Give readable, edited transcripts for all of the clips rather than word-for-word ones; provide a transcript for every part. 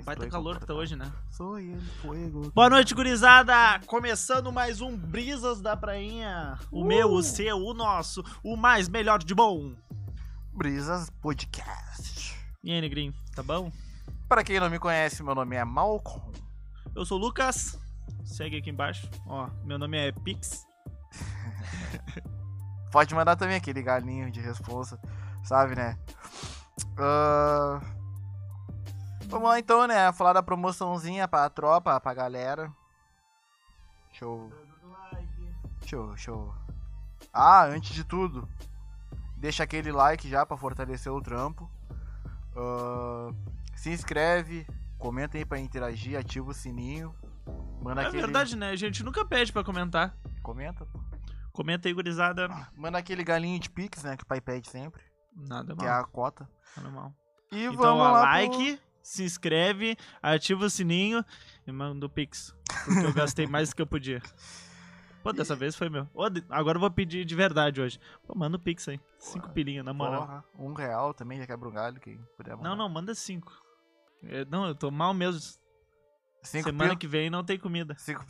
Vai ter calor que tá hoje, né? Sou el fuego. Boa noite, gurizada! Começando mais um Brisas da Prainha. O meu, o seu, o nosso, o mais melhor de bom. Brisas Podcast. E aí, Negrinho, tá bom? Para quem não me conhece, meu nome é Malcolm. Eu sou o Lucas. Segue aqui embaixo. Ó, meu nome é Pix. Pode mandar também aquele galinho de responsa, sabe, né? Vamos lá então, né? Falar da promoçãozinha pra tropa, pra galera. Show. Antes de tudo, deixa aquele like já pra fortalecer o trampo. Se inscreve, comenta aí pra interagir, ativa o sininho. Manda aquele... verdade, né? A gente nunca pede pra comentar. Comenta, pô. Comenta aí, gurizada. Manda aquele galinho de Pix, né? Que o pai pede sempre. Nada Que mal. é a cota. Nada mal. E Então, vamos ó, lá like, se inscreve, ativa o sininho e manda o Pix. Porque eu gastei mais do que eu podia. Pô, dessa vez foi meu. Agora eu vou pedir de verdade hoje. Pô, manda o Pix aí. 5 pilinha, na moral. Porra, R$1 também, já quebra um galho, quem puder mandar. Não, manda 5. Não, eu tô mal mesmo. Semana que vem não tem comida. 5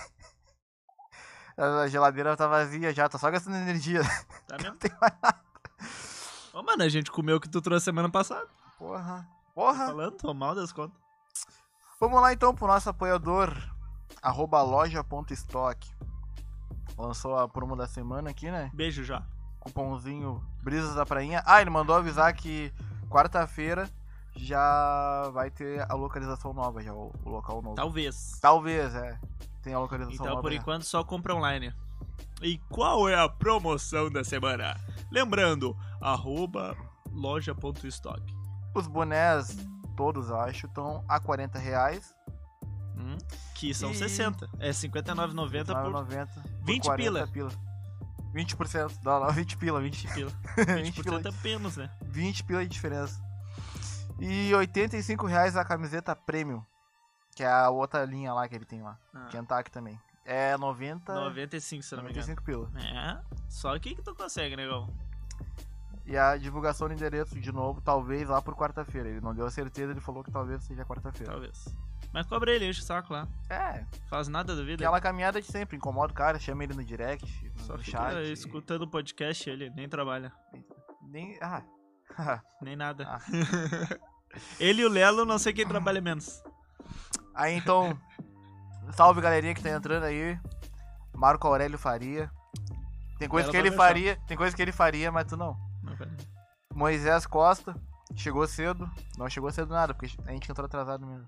A geladeira tá vazia já, tô só gastando energia. Tá mesmo? Não tem mais nada. Ô, mano, a gente comeu o que tu trouxe semana passada. Porra. Falando, tô mal das contas. Vamos lá então pro nosso apoiador, @loja.stock. Lançou a promo da semana aqui, né? Beijo já. Cupomzinho Brisas da Prainha. Ele mandou avisar que quarta-feira já vai ter a localização nova, já o local novo. Talvez. Tem a localização Então, nova. por já. enquanto, só compra online. E qual é a promoção da semana? Lembrando, @loja.stock. Os bonés, todos eu acho, estão a R$40. Que são 60. É R$59,90 por 9,90 20 por pila. 20%. Não, 20 pila. 20 pila. 20 20% é menos, né? 20 pila de diferença. E R$85 a camiseta Premium. Que é a outra linha lá que ele tem lá. Kentucky também. É 95, se não me engano. 95 pila. É, só aqui que tu consegue, negão. E a divulgação do endereço, de novo, talvez lá por quarta-feira. Ele não deu a certeza, ele falou que talvez seja quarta-feira. Talvez. Mas cobra ele, enche o saco lá. Faz nada da vida. Aquela caminhada de sempre, incomoda o cara, chama ele no direct, Só no fica chat. escutando o podcast, ele nem trabalha. Nem... Nem nada. Ele e o Lelo, não sei quem trabalha menos. Aí então, salve galerinha que tá entrando aí. Marco Aurélio Faria. Tem coisa que ele faria, mas tu não. Não, cara. Moisés Costa, chegou cedo. Não chegou cedo nada, porque a gente entrou atrasado mesmo.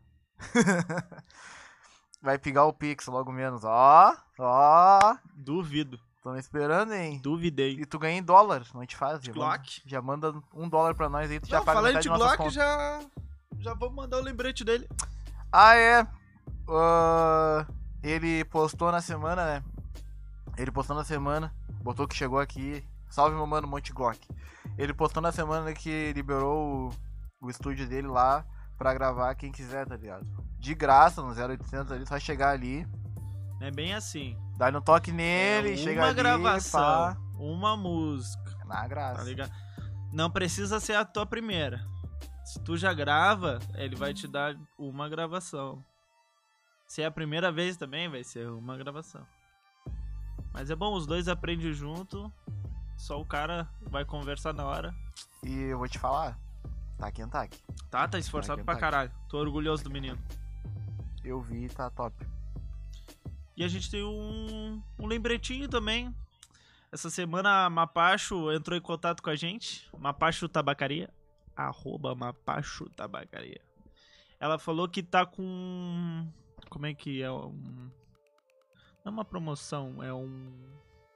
Vai pegar o Pix logo menos. Ó. Duvido. Tamo esperando, hein? Duvidei. E tu ganha em dólar, não te faz? Glock. Já manda $1 pra nós aí, tu já Não, paga falando metade de das nossas Glock, contas. já vou mandar o lembrete dele. Ele postou na semana, né? Botou que chegou aqui. Salve, meu mano, Monte Glock. Ele postou na semana que liberou o estúdio dele lá pra gravar quem quiser, tá ligado? De graça, no 0800 ali, só chegar ali. É bem assim. Dá no toque nele, chega ali. Uma gravação, uma música. Na graça. Tá ligado? Não precisa ser a tua primeira. Se tu já grava, ele vai te dar uma gravação. Se é a primeira vez também, vai ser uma gravação. Mas é bom, os dois aprendem junto. Só o cara vai conversar na hora. E eu vou te falar, tá Kentucky. Tá esforçado pra caralho. Tô orgulhoso do menino. Eu vi, tá top. E a gente tem um lembretinho também. Essa semana a Mapacho entrou em contato com a gente. Mapacho Tabacaria. @Mapacho Tabacaria. Ela falou que tá com... Como é que é? Não é uma promoção, é um...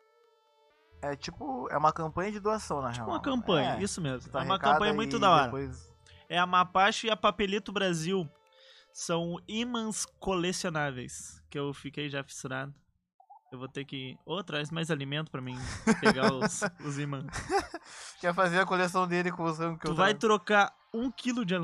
É uma campanha de doação, na real. Uma campanha, isso mesmo. Tá, É uma campanha muito da hora. Depois... É a Mapacho e a Papelito Brasil. São ímãs colecionáveis. Que eu fiquei já fissurado. Eu vou ter que... traz mais alimento pra mim pegar os ímãs. Quer fazer a coleção dele com os ramos que Tu eu vai trago. trocar 1 kg de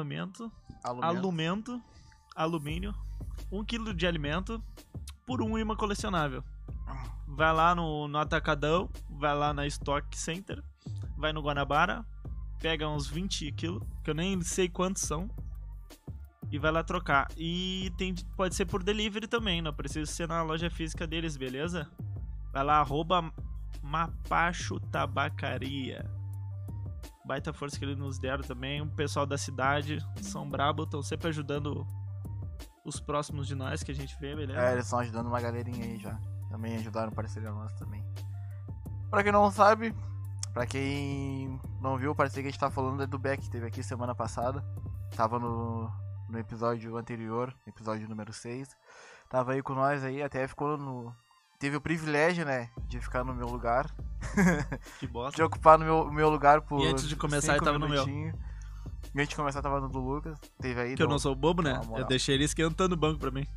alumínio, 1 kg de alimento por um imã colecionável. Vai lá no Atacadão, vai lá na Stock Center, vai no Guanabara, pega uns 20 quilos, que eu nem sei quantos são. e vai lá trocar. E pode ser por delivery também, não precisa ser na loja física deles, beleza? Vai lá, @Mapacho Tabacaria. Baita força que eles nos deram também. O pessoal da cidade são brabo, estão sempre ajudando os próximos de nós que a gente vê, beleza? Eles estão ajudando uma galerinha aí já. Também ajudaram parceria nossa também. Pra quem não sabe, pra quem não viu, o parceiro que a gente tá falando é do Beck, que teve aqui semana passada. Tava no episódio anterior, episódio número 6. Tava aí com nós aí, até ficou no... Teve o privilégio, né, de ficar no meu lugar. Que bosta. De ocupar no meu lugar por... E antes de começar, ele tava no meu. E antes de começar, tava no do Lucas. Teve aí... Que eu não sou bobo, né? Eu deixei ele esquentando o banco pra mim.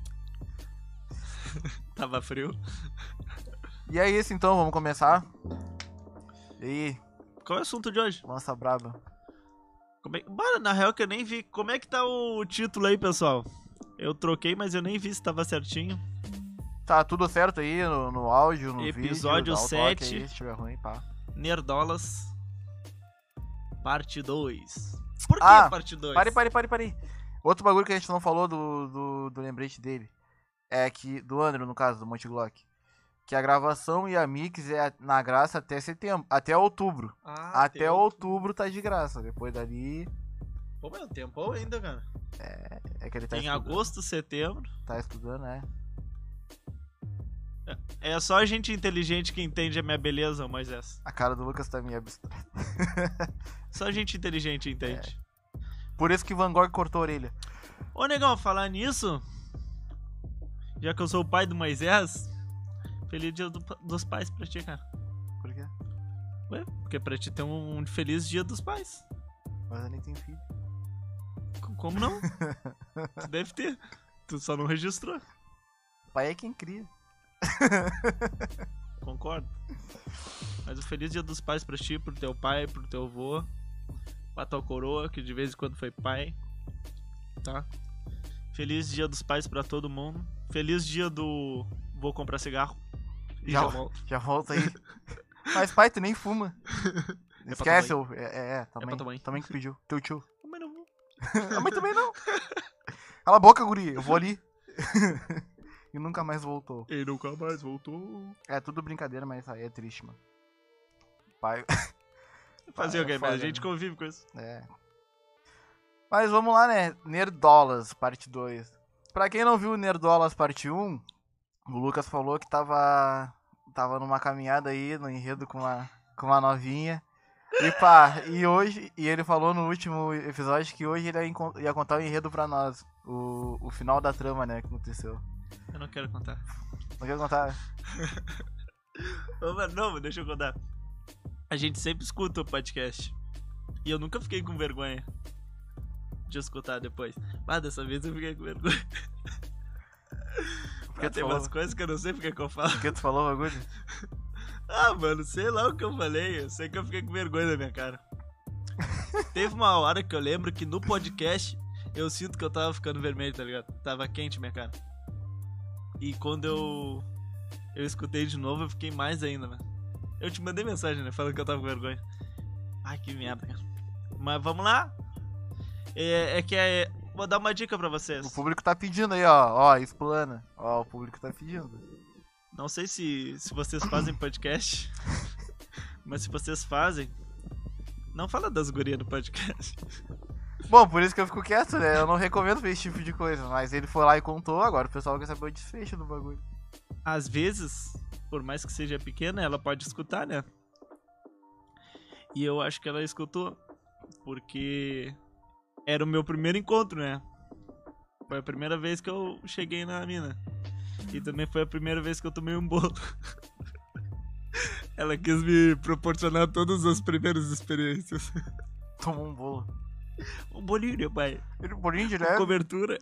Tava frio. E é isso, então. Vamos começar. E aí? Qual é o assunto de hoje? Lança braba. Bora, na real que eu nem vi. Como é que tá o título aí, pessoal? Eu troquei, mas eu nem vi se tava certinho. Tá tudo certo aí no áudio, no Episódio vídeo. 7. Aí, se tiver ruim, pá. Nerdolas. Parte 2. Por que parte 2? Pare. Outro bagulho que a gente não falou do lembrete dele. É que... Do Andrew, no caso, do Monte Glock. Que a gravação e a mix é na graça até setembro. Até outubro. Até outubro tá de graça. Depois dali... Pô, mas é um tempo ainda, cara. É que ele tá em estudando. Agosto, setembro. Tá estudando, né? É só gente inteligente que entende a minha beleza, Moisés. A cara do Lucas tá meio abstrata. Só gente inteligente entende. Por isso que Van Gogh cortou a orelha. Ô, negão, falar nisso... Já que eu sou o pai do Moisés... Feliz dia dos pais pra ti, cara. Por quê? Ué, porque pra ti tem um feliz dia dos pais. Mas eu nem tenho filho. Como não? Tu deve ter. Tu só não registrou. Pai é quem cria. Concordo. Mas o feliz dia dos pais pra ti, pro teu pai, pro teu avô, pra tua coroa, que de vez em quando foi pai. Tá? Feliz dia dos pais pra todo mundo. Feliz dia do... Vou comprar cigarro. E já volto. Já volto aí. Mas pai, tu nem fuma. Esquece, também que pediu. Teu tio. Mas não vou. A mãe também não. Cala a boca, guri. Eu vou ali. E nunca mais voltou. E nunca mais voltou. É tudo brincadeira, mas aí é triste, mano. Pai. Fazer o quê? Mas a gente convive com isso. É. Mas vamos lá, né? Nerdolas, parte 2. Pra quem não viu Nerdolas, parte 1, o Lucas falou que tava numa caminhada aí, no enredo com uma novinha. E pá, e ele falou no último episódio que hoje ele ia contar o enredo pra nós. O final da trama, né, que aconteceu. Eu não quero contar. Não quer contar? Não, deixa eu contar. A gente sempre escuta o podcast. E eu nunca fiquei com vergonha de escutar depois. Mas dessa vez eu fiquei com vergonha. Porque tem umas coisas que eu não sei porque que eu falo. Por que tu falou o bagulho? Mano, sei lá o que eu falei. Eu sei que eu fiquei com vergonha da minha cara. Teve uma hora que eu lembro que no podcast eu sinto que eu tava ficando vermelho, tá ligado? Tava quente minha cara. E quando eu escutei de novo, eu fiquei mais ainda, mano. Eu te mandei mensagem, né? Falando que eu tava com vergonha. Ai, que merda, cara. Mas vamos lá. Vou dar uma dica pra vocês. O público tá pedindo aí, ó. Explana. Ó, o público tá pedindo. Não sei se vocês fazem podcast. Mas se vocês fazem, não fala das gurias no podcast. Bom, por isso que eu fico quieto, né? Eu não recomendo ver esse tipo de coisa. Mas ele foi lá e contou, agora o pessoal quer saber o desfecho do bagulho. Às vezes, por mais que seja pequena, ela pode escutar, né? E eu acho que ela escutou. Porque era o meu primeiro encontro, né? Foi a primeira vez que eu cheguei na mina. E também foi a primeira vez que eu tomei um bolo. Ela quis me proporcionar todas as primeiras experiências. Tomou um bolo. Um bolinho, pai. Um bolinho direto? Cobertura.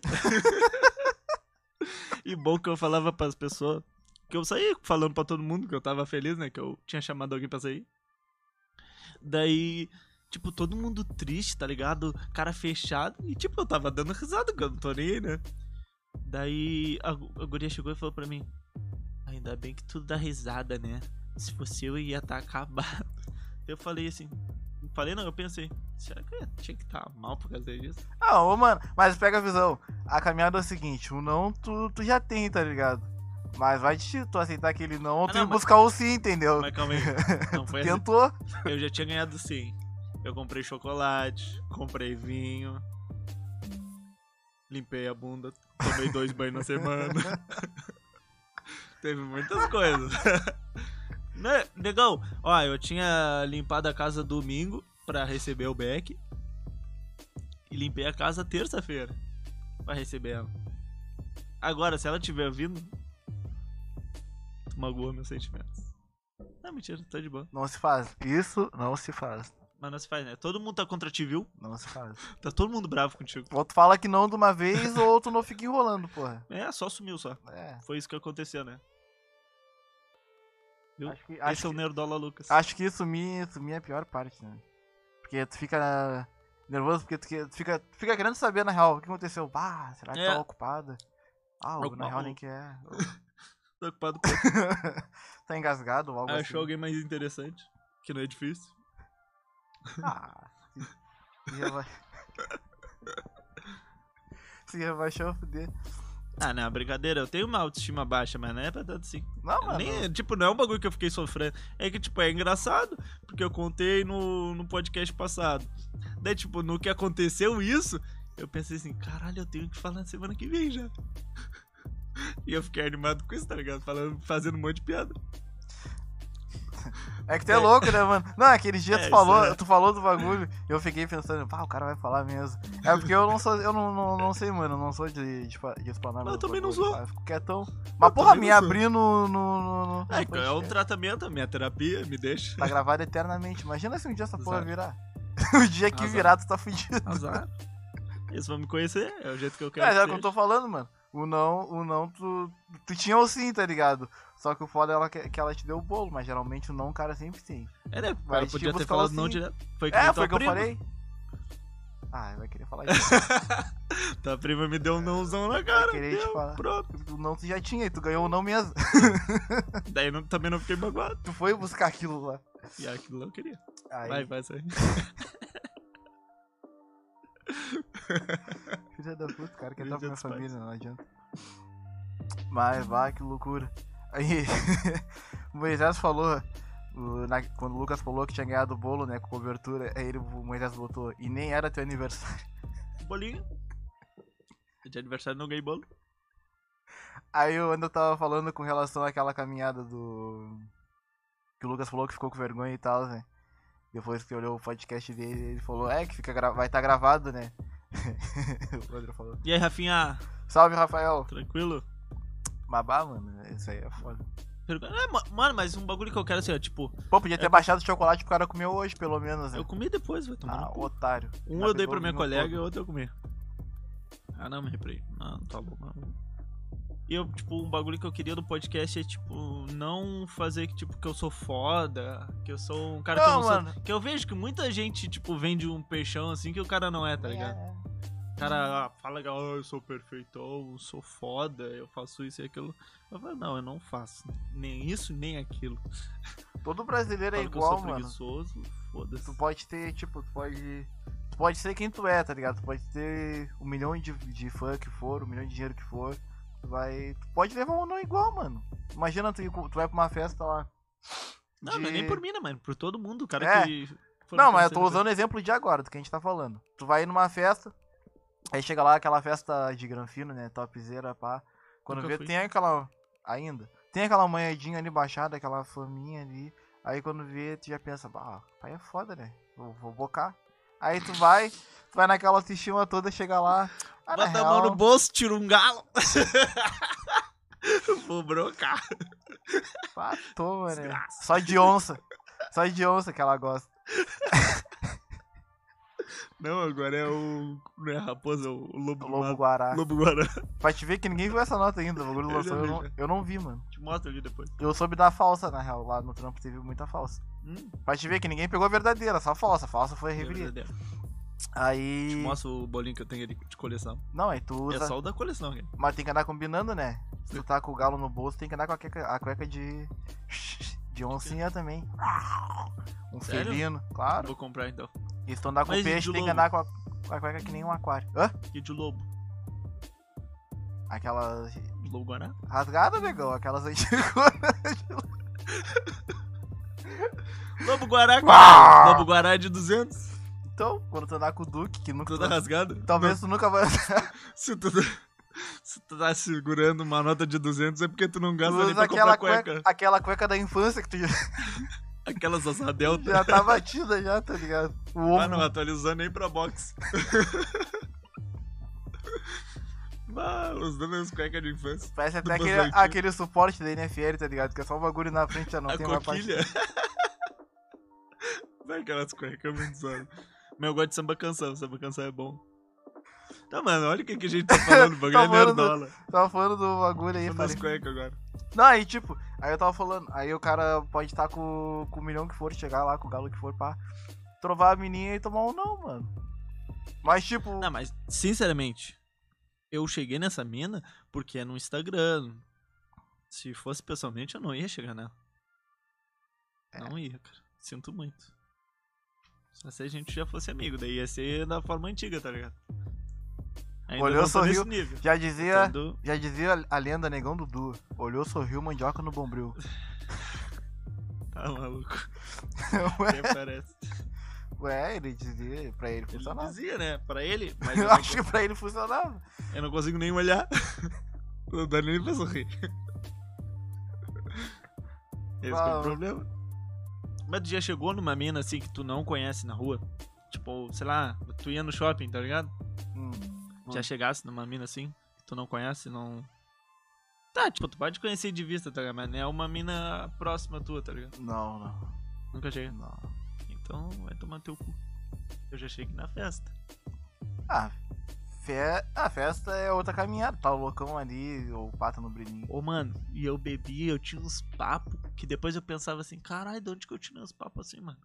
E bom que eu falava pras pessoas. Que eu saí falando pra todo mundo que eu tava feliz, né? Que eu tinha chamado alguém pra sair. Daí, tipo, todo mundo triste, tá ligado? Cara fechado. E tipo, eu tava dando risada, que eu não tô nem aí, né? Daí a guria chegou e falou pra mim: ainda bem que tu dá risada, né? Se fosse eu ia estar acabado. Eu falei assim. Falei não, eu pensei. Será que eu tinha que estar mal por causa disso? Ah, ô, mano, mas pega a visão. A caminhada é o seguinte, o não tu já tem, tá ligado? Mas vai de tu aceitar aquele não, tu não, ir buscar o sim, entendeu? Mas calma aí. Não foi assim. Tentou. Eu já tinha ganhado sim. Eu comprei chocolate, comprei vinho, limpei a bunda, tomei 2 banhos na semana. Teve muitas coisas. Né, negão, ó, eu tinha limpado a casa domingo pra receber o Beck. E limpei a casa terça-feira pra receber ela. Agora, se ela tiver vindo, tu magoou meus sentimentos. Não, mentira, tá de boa. Não se faz. Isso não se faz. Mas não se faz, né? Todo mundo tá contra ti, viu? Não se faz. Tá todo mundo bravo contigo. Ou tu fala que não de uma vez, ou tu não fica enrolando, porra. É, só sumiu só. É. Foi isso que aconteceu, né? Viu? Acho que, Esse é o Nerdola Lucas. acho que sumir é a pior parte, né? Porque tu fica nervoso, porque tu fica querendo saber, na real, o que aconteceu. Ah, será que tá ocupada? Ah, na real nem que é. Tô ocupado com Tá engasgado ou algo assim. Achou alguém mais interessante, que não é difícil. Ah, já vai. Se rebaixou, fuder. Ah, não, brincadeira. Eu tenho uma autoestima baixa, mas não é pra tanto assim. Não, mano. Nem, tipo, não é um bagulho que eu fiquei sofrendo. É que, tipo, é engraçado, porque eu contei no podcast passado. Daí, tipo, no que aconteceu isso, eu pensei assim, caralho, eu tenho que falar na semana que vem já. E eu fiquei animado com isso, tá ligado? Fazendo um monte de piada. É que tu é louco, né, mano? Não, aquele dia tu falou do bagulho e eu fiquei pensando, pá, o cara vai falar mesmo. É porque eu não sei, mano, eu não sou de explanar. Eu também não sou. Eu fico quietão. Mas, porra, me abrir no É um tratamento, a minha terapia, me deixa. Tá gravado eternamente. Imagina se um dia essa porra virar. O dia que virar, tu tá fudido. Azar. Eles vão me conhecer, é o jeito que eu quero. É o que eu tô falando, mano. O não, tu tinha o sim, tá ligado? Só que o foda é que ela te deu o bolo, mas geralmente o não o cara sempre tem. É, né? Vai Eu podia ter buscar falado o não sim. direto. Foi Foi o que eu falei. Ah, vai querer falar isso. Tua prima me deu um nãozão na cara. Vai querer te falar. Pronto. O não tu já tinha e tu ganhou o não mesmo. Daí também não fiquei magoado. Tu foi buscar aquilo lá. E aquilo lá eu queria. Aí. Vai sair. Filha da puta, cara, quer Filha dar pra minha dos família, pais. não adianta. Mas vai, que loucura. Aí, o Moisés falou, quando o Lucas falou que tinha ganhado o bolo, né, com cobertura, aí o Moisés botou, e nem era teu aniversário. Bolinho. De aniversário não ganhei bolo. Aí eu ainda tava falando com relação àquela caminhada que o Lucas falou que ficou com vergonha e tal, né. Depois que olhou o podcast dele, ele falou, que vai estar gravado, né. O André falou. E aí, Rafinha? Salve, Rafael. Tranquilo? Babá, mano, isso aí é foda. Mano, mas um bagulho que eu quero assim, ó, tipo... Pô, podia ter baixado o chocolate pro cara comer hoje, pelo menos, né? Eu comi depois, vai tomar no cu. Otário. Um eu dei pra minha colega e o outro eu comi. Ah, não, me reprei. Não, tá bom, não. E eu, tipo, um bagulho que eu queria do podcast é, tipo, não fazer que, tipo, que eu sou foda, que eu sou um cara que eu não mano. sou... Que eu vejo que muita gente, tipo, vende um peixão assim que o cara não é, tá ligado? O cara fala que eu sou perfeitão, eu sou foda, eu faço isso e aquilo. Eu falo, não, eu não faço nem isso, nem aquilo. Todo brasileiro é Falo igual, que eu sou mano. preguiçoso, foda-se. Tu pode ter, tipo, tu pode ser quem tu é, tá ligado? Tu pode ter 1 milhão de fã que for, 1 milhão de dinheiro que for. Tu pode levar um não igual, mano. Imagina tu vai pra uma festa lá. Não, não é nem por mim, né, mano? Por todo mundo, o cara que... Não, mas eu tô usando o exemplo de agora, do que a gente tá falando. Tu vai numa festa, aí chega lá aquela festa de granfino, né, topzera, pá. Quando vê, tem aquela... Ainda. Tem aquela manhadinha ali baixada, aquela faminha ali. Aí quando vê, tu já pensa, pai é foda, né? Vou bocar. Aí tu vai naquela autoestima toda, chega lá... Bota a mão no bolso, tira um galo. Vou brocar. Patou, mano. Só de onça que ela gosta. Não, agora é o... Não é a raposa, o lobo guará. Lobo guará. Pra te ver que ninguém viu essa nota ainda. O bagulho lançou, eu não vi, mano. Te mostro ali depois. Eu soube da falsa, na real. Lá no trampo teve muita falsa. Pra te ver que ninguém pegou a verdadeira, só a falsa. A falsa foi a revelia. Aí... Te mostro o bolinho que eu tenho ali de coleção. Não, aí tu usa... É só o da coleção, cara. Mas tem que andar combinando, né? Se tu tá com o galo no bolso, tem que andar com a cueca de oncinha também. Um Sério? felino, claro. Vou comprar então. E se tu andar com Mas e peixe, de tem que lobo? andar com a cueca que nem um aquário. Hã? E de lobo? Aquelas Lobo Guará? rasgadas, negão. Aquelas antigas. Lobo Guará, Ah! cara. Lobo Guará é de 200. Então, quando tu andar com o Duque, que nunca... Toda rasgada. Talvez tu nunca vai andar. Se tu tá segurando uma nota de 200 é porque tu não Tu gasta nem usa pra aquela comprar cueca. aquela cueca da infância que tu Aquelas asa delta. já tá batida já, tá ligado? O ovo. Ah, não atualizando nem pra box. Usando as cuecas de infância. Parece até do Buzz aquele suporte da NFL, tá ligado? Que é só um bagulho na frente, já não A tem mais parte. coquilha. Vai aquelas cuecas muito zoadas. Mas eu gosto de samba canção é bom. Tá, mano, olha o que a gente tá falando, o bagulho Tá é falando nerdola. Tava falando do bagulho aí, Falando falei. das cuecas agora. Não, aí tipo, aí eu tava falando, aí o cara pode estar com o milhão que for, chegar lá com o galo que for, pá, trovar a menina e tomar um não, mano. Mas tipo, Não, mas, sinceramente, eu cheguei nessa mina porque é no Instagram. Se fosse pessoalmente, eu não ia chegar nela. Não ia, cara. Sinto muito. Só se a gente já fosse amigo, daí ia ser da forma antiga, tá ligado? Ainda Olhou, não tô nesse sorriu. nível. já dizia Tendo- a lenda Negão Dudu. Olhou, sorriu, mandioca no bombril. Tá maluco. Ué, Quem parece. ele dizia, pra ele Ele funcionava. dizia, né? Pra ele, mas Eu eu acho que pra ele funcionava. não consigo nem olhar. Não dá nem pra sorrir. Esse que é Ah, o problema. Mas tu já chegou numa mina assim que tu não conhece na rua? Tipo, sei lá, tu ia no shopping, tá ligado? Hum. Já chegasse numa mina assim, que tu não conhece, não... Tá, tipo, tu pode conhecer de vista, tá ligado? Mas não é uma mina próxima tua, tá ligado? Não. Nunca cheguei. Não. Então vai tomar teu cu. Eu já cheguei na festa. Ah, a festa é outra caminhada. Tá o loucão ali, ou o pato no brilhinho. Ô, mano, e eu bebi, eu tinha uns papos que depois eu pensava assim, caralho, de onde que eu tinha uns papos assim, mano?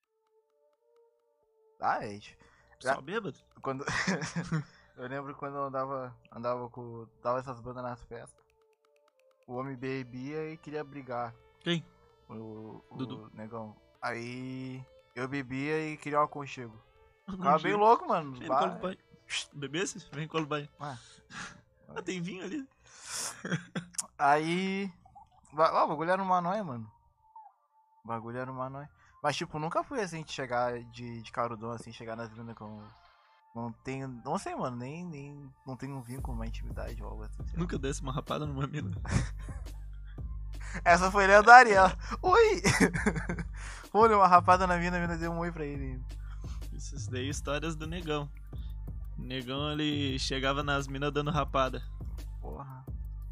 Ah, é. Só bêbado? Quando... eu lembro quando eu andava com... Dava essas bandas nas festas. O homem bebia e queria brigar. Quem? O Dudu. negão. Aí eu bebia e queria um aconchego. Ficava bem louco, mano. Vem no colo do pai. Bebesse? Vem no colo do pai. Ah. Ah, tem vinho ali. Aí... o bagulho era uma nóia, mano. O bagulho era uma nóia. Mas, tipo, nunca fui assim de chegar de carudão, assim, chegar nas minas com... Não tenho... Não sei, mano, nem... Não tenho um vínculo, uma intimidade ou algo assim. sei lá. Nunca desse uma rapada numa mina. Essa foi lendária. Ela... Oi! Olha, uma rapada na mina, a mina deu um oi pra ele. Isso daí é histórias do negão. O negão, ele chegava nas minas dando rapada. Porra.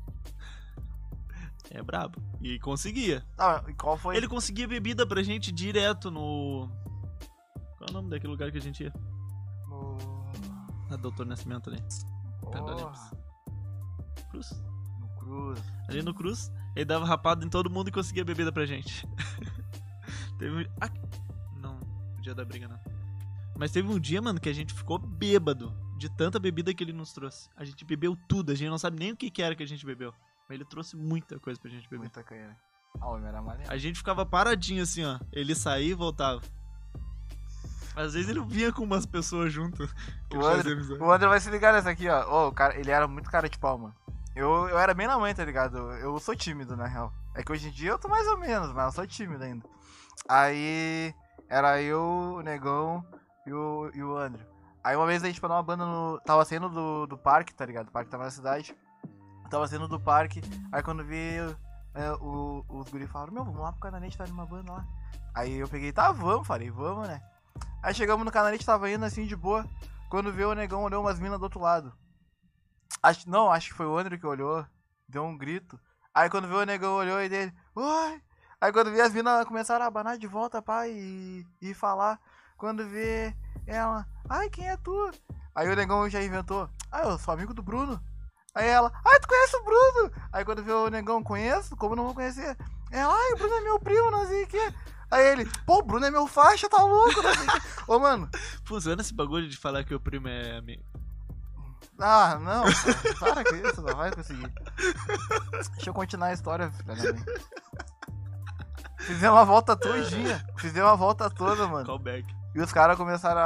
É brabo. E conseguia. Tá, e qual foi? Ele conseguia bebida pra gente direto no... Qual é o nome daquele lugar que a gente ia? No... Na Doutor Nascimento ali. Perto da Lemos. Porra. Cruz? No Cruz. Ali no Cruz, ele dava rapada em todo mundo e conseguia bebida pra gente. Teve um... Não, no dia da briga não. Mas teve um dia, mano, que a gente ficou bêbado de tanta bebida que ele nos trouxe. A gente bebeu tudo, a gente não sabe nem o que era que a gente bebeu. Mas ele trouxe muita coisa pra gente beber. Muita canha. Ah, o homem era maneiro. A gente ficava paradinho assim, ó. Ele saía e voltava. Às vezes ele vinha com umas pessoas junto. que ele fazia amizade. O André vai se ligar nessa aqui, ó. Ô, o cara, ele era muito cara de pau, mano. Eu era bem na mãe, tá ligado? Eu sou tímido, na real. É que hoje em dia eu tô mais ou menos, mas eu sou tímido ainda. Aí, era eu, o Negão e o André. Aí uma vez a gente parou uma banda no... Tava saindo do parque, tá ligado? O parque tava na cidade. Tava saindo do parque. Aí quando vi os guri falaram, meu, vamos lá pro Cananete, tá numa banda lá. Aí eu peguei, tá, vamos, falei, vamos, né? Aí chegamos no Cananete, tava indo assim de boa. Quando veio o Negão, olhou umas minas do outro lado. Acho que foi o André que olhou, deu um grito. Aí quando veio o Negão, olhou e dele, oi! Aí quando vi as minas começaram a abanar de volta, pá, e falar. Quando vê ela, ai, quem é tu? Aí o Negão já inventou, eu sou amigo do Bruno. Aí ela, tu conhece o Bruno? Aí quando vê o Negão, conheço? Como não vou conhecer? Ela, o Bruno é meu primo, não sei o que. Aí ele, o Bruno é meu faixa, tá louco, não sei o que. Ô, mano. Funciona esse bagulho de falar que o primo é amigo. Ah, não, cara, para com isso, não vai conseguir. Deixa eu continuar a história, filha da mãe. Fizemos uma volta todinha. Fizemos uma volta toda, mano. Callback. E os caras começaram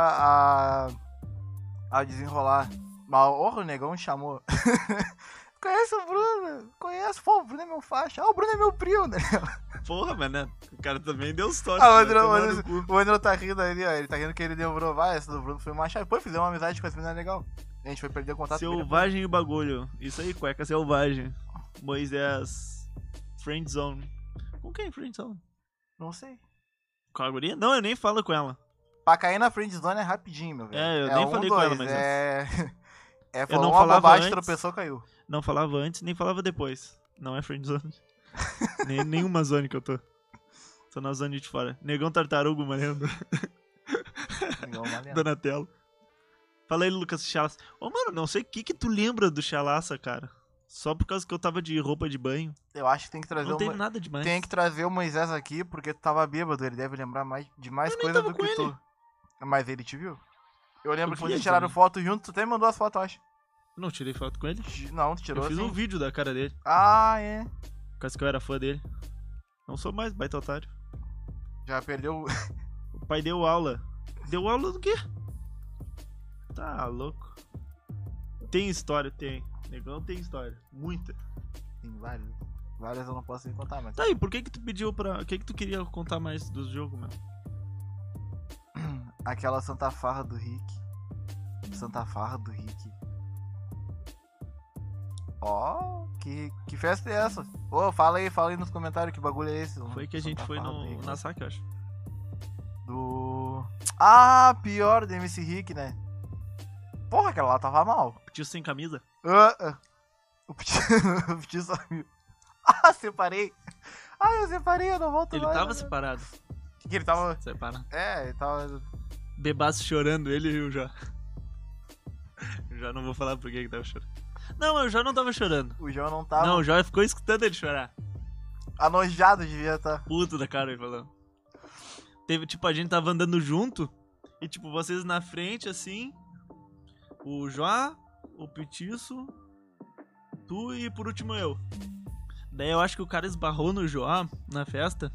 a desenrolar. Mas o negão chamou. Conhece o Bruno? Conhece? Pô, o Bruno é meu faixa. Ah, o Bruno é meu primo, né? Porra, mas né? O cara também deu sorte. Ah, O o André tá rindo ali, ó. Ele tá rindo que ele demorou. Vai, essa do Bruno foi uma chave. Pô, fizemos uma amizade com esse menino legal. A gente foi perder o contato com ele. Selvagem e o bagulho. Isso aí, cueca selvagem. Moisés. Friendzone. Com quem Friendzone? Não sei. Com a guria? Não, eu nem falo com ela. Pra cair na friendzone é rapidinho, meu velho. É, eu nem falei com ela, mas falou não uma falava bobagem, antes. tropeçou, caiu. Não falava antes, nem falava depois. Não é friendzone. Nenhuma zone que eu tô. Tô na zone de fora. Negão tartarugo, malhando. Donatello. Fala aí, Lucas Chalaça. Ô, mano, não sei o que tu lembra do Chalaça, cara. Só por causa que eu tava de roupa de banho. Eu acho que tem que trazer Não teve nada demais. Tem que trazer o Moisés aqui, porque tu tava bêbado. Ele deve lembrar de mais coisa do que tu. Mas ele te viu? Eu lembro que vocês tiraram foto junto. Tu até me mandou as fotos, eu acho. Não tirei foto com ele? Não, tu tirou Eu fiz assim. um vídeo da cara dele. Ah, é. Por causa que eu era fã dele. Não sou mais, baita otário. Já perdeu. O pai deu aula. Deu aula do quê? Tá louco. Tem história, tem. Negão tem história. Muita. Tem várias. Várias eu não posso nem contar, mas. Tá aí, por que tu pediu pra... O que tu queria contar mais dos jogos, mano? Aquela Santa Farra do Rick. Santa Farra do Rick. Ó, que festa é essa? Ô, fala aí nos comentários que bagulho é esse. Foi que a gente foi na saque, eu acho. Ah, pior do MC Rick, né? Porra, aquela lá tava mal. Petiu sem camisa? O Petit sumiu. Ah, separei. Eu separei, eu não volto Ele mais. tava separado. Que ele tava... Separado. Ele tava... Bebaço chorando, ele e eu já. Eu já não vou falar por que tava chorando. Não, eu já não tava chorando. O João não tava... Não, o João ficou escutando ele chorar. Anojado devia estar. Puto da cara ele falando. Teve, tipo, a gente tava andando junto. E, tipo, vocês na frente, assim. O João, o Petiço, tu e por último eu. Daí eu acho que o cara esbarrou no João na festa.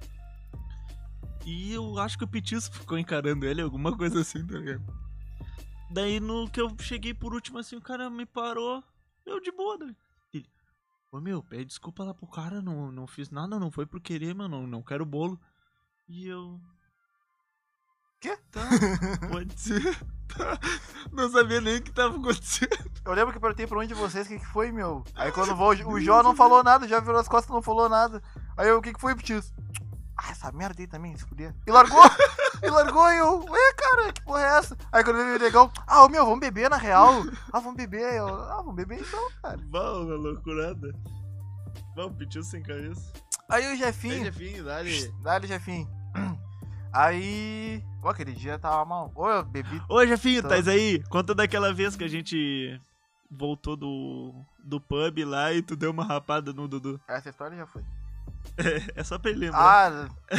E eu acho que o Petiço ficou encarando ele, alguma coisa assim, tá ligado? Daí no que eu cheguei por último assim, o cara me parou. Eu de boa, né? Ele, ô meu, pede desculpa lá pro cara, não fiz nada, não foi por querer, mano, não quero bolo. E eu... Quê? Tá, pode ser. Tá. Não sabia nem o que tava acontecendo. Eu lembro que eu perguntei pra um de vocês o que foi, meu. Aí quando o Jó não falou nada, já virou as costas e não falou nada. Aí eu, o que foi, Petiço? Essa merda aí também, se podia. E largou! E eu, ué, cara, que porra é essa? Aí quando veio o negão, meu, vamos beber na real. Vamos beber. Eu, vamos beber então, cara. Bom, uma loucurada. Bom, pediu sem cabeça. Aí o Jefinho. Aí, Jefinho, dá-lhe. Dá-lhe, Jefinho. Aí. Aquele dia tava mal. Eu bebi. Ô, Jefinho, tá aí? Conta daquela vez que a gente voltou do pub lá e tu deu uma rapada no Dudu. Essa história já foi. É só pra ele lembrar.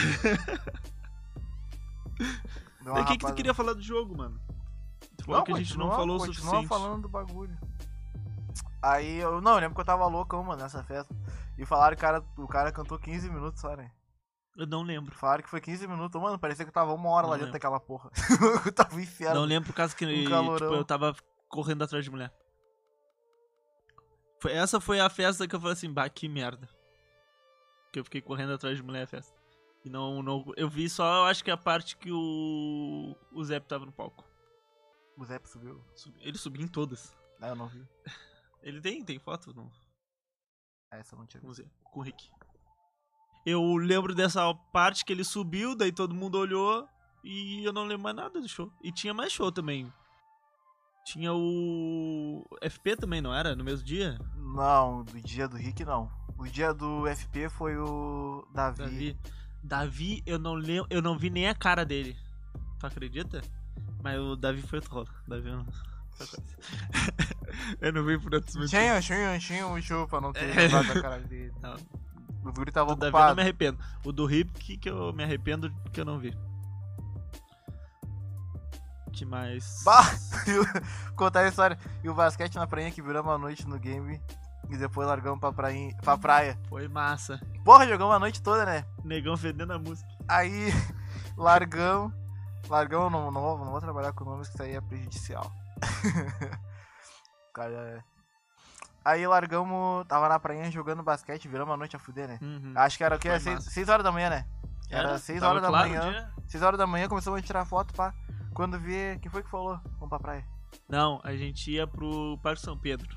Daí o que tu queria falar do jogo, mano? Tu falou que a gente não falou o suficiente. Continua falando do bagulho. Aí, eu lembro que eu tava loucão, mano, nessa festa. E falaram que o cara cantou 15 minutos só, né? Eu não lembro. Falaram que foi 15 minutos. Mano, parecia que eu tava 1 hora lá dentro daquela porra. Eu tava enfiado. Não lembro por causa que tipo, eu tava correndo atrás de mulher. Essa foi a festa que eu falei assim, bah, que merda. Que eu fiquei correndo atrás de mulher a festa. E não, eu vi só, eu acho que a parte que o Zep tava no palco. O Zep subiu? Ele subiu em todas. Eu não vi. Ele tem foto? Não. Essa eu não tinha visto. Com o Rick. Eu lembro dessa parte que ele subiu, daí todo mundo olhou e eu não lembro mais nada do show. E tinha mais show também. Tinha o FP também, não era? No mesmo dia? Não, do dia do Rick não. O dia do FP foi o Davi, eu não lembro, eu não vi nem a cara dele. Tu acredita? Mas o Davi foi outro rolo. Davi não... Eu não vi por outros motivos. Tinha um show pra não ter lembrado da cara dele. Não. O Guri tava ocupado. Davi eu não me arrependo. O do Rick que eu me arrependo que eu não vi. Que mais? Contar a história. E o basquete na praia que virou uma noite no game. E depois largamos pra praia. Foi massa. Porra, jogamos a noite toda, né? Negão fedendo a música. Aí largamos. Largamos, não vou trabalhar com nomes que isso aí é prejudicial. Cara, aí largamos, tava na prainha jogando basquete, viramos a noite a fuder, né? Uhum. Acho que era o quê? Foi 6 horas da manhã, né? Era 6 Tava horas da claro o manhã. dia. 6 horas da manhã começamos a tirar foto, pá. Quando vê, quem foi que falou? Vamos pra praia. Não, a gente ia pro Parque São Pedro.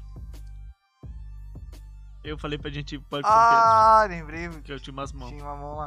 Eu falei pra gente ir pro Parque São Ah, lembrei. Pedro, que eu tinha umas mãos. Tinha uma mão lá.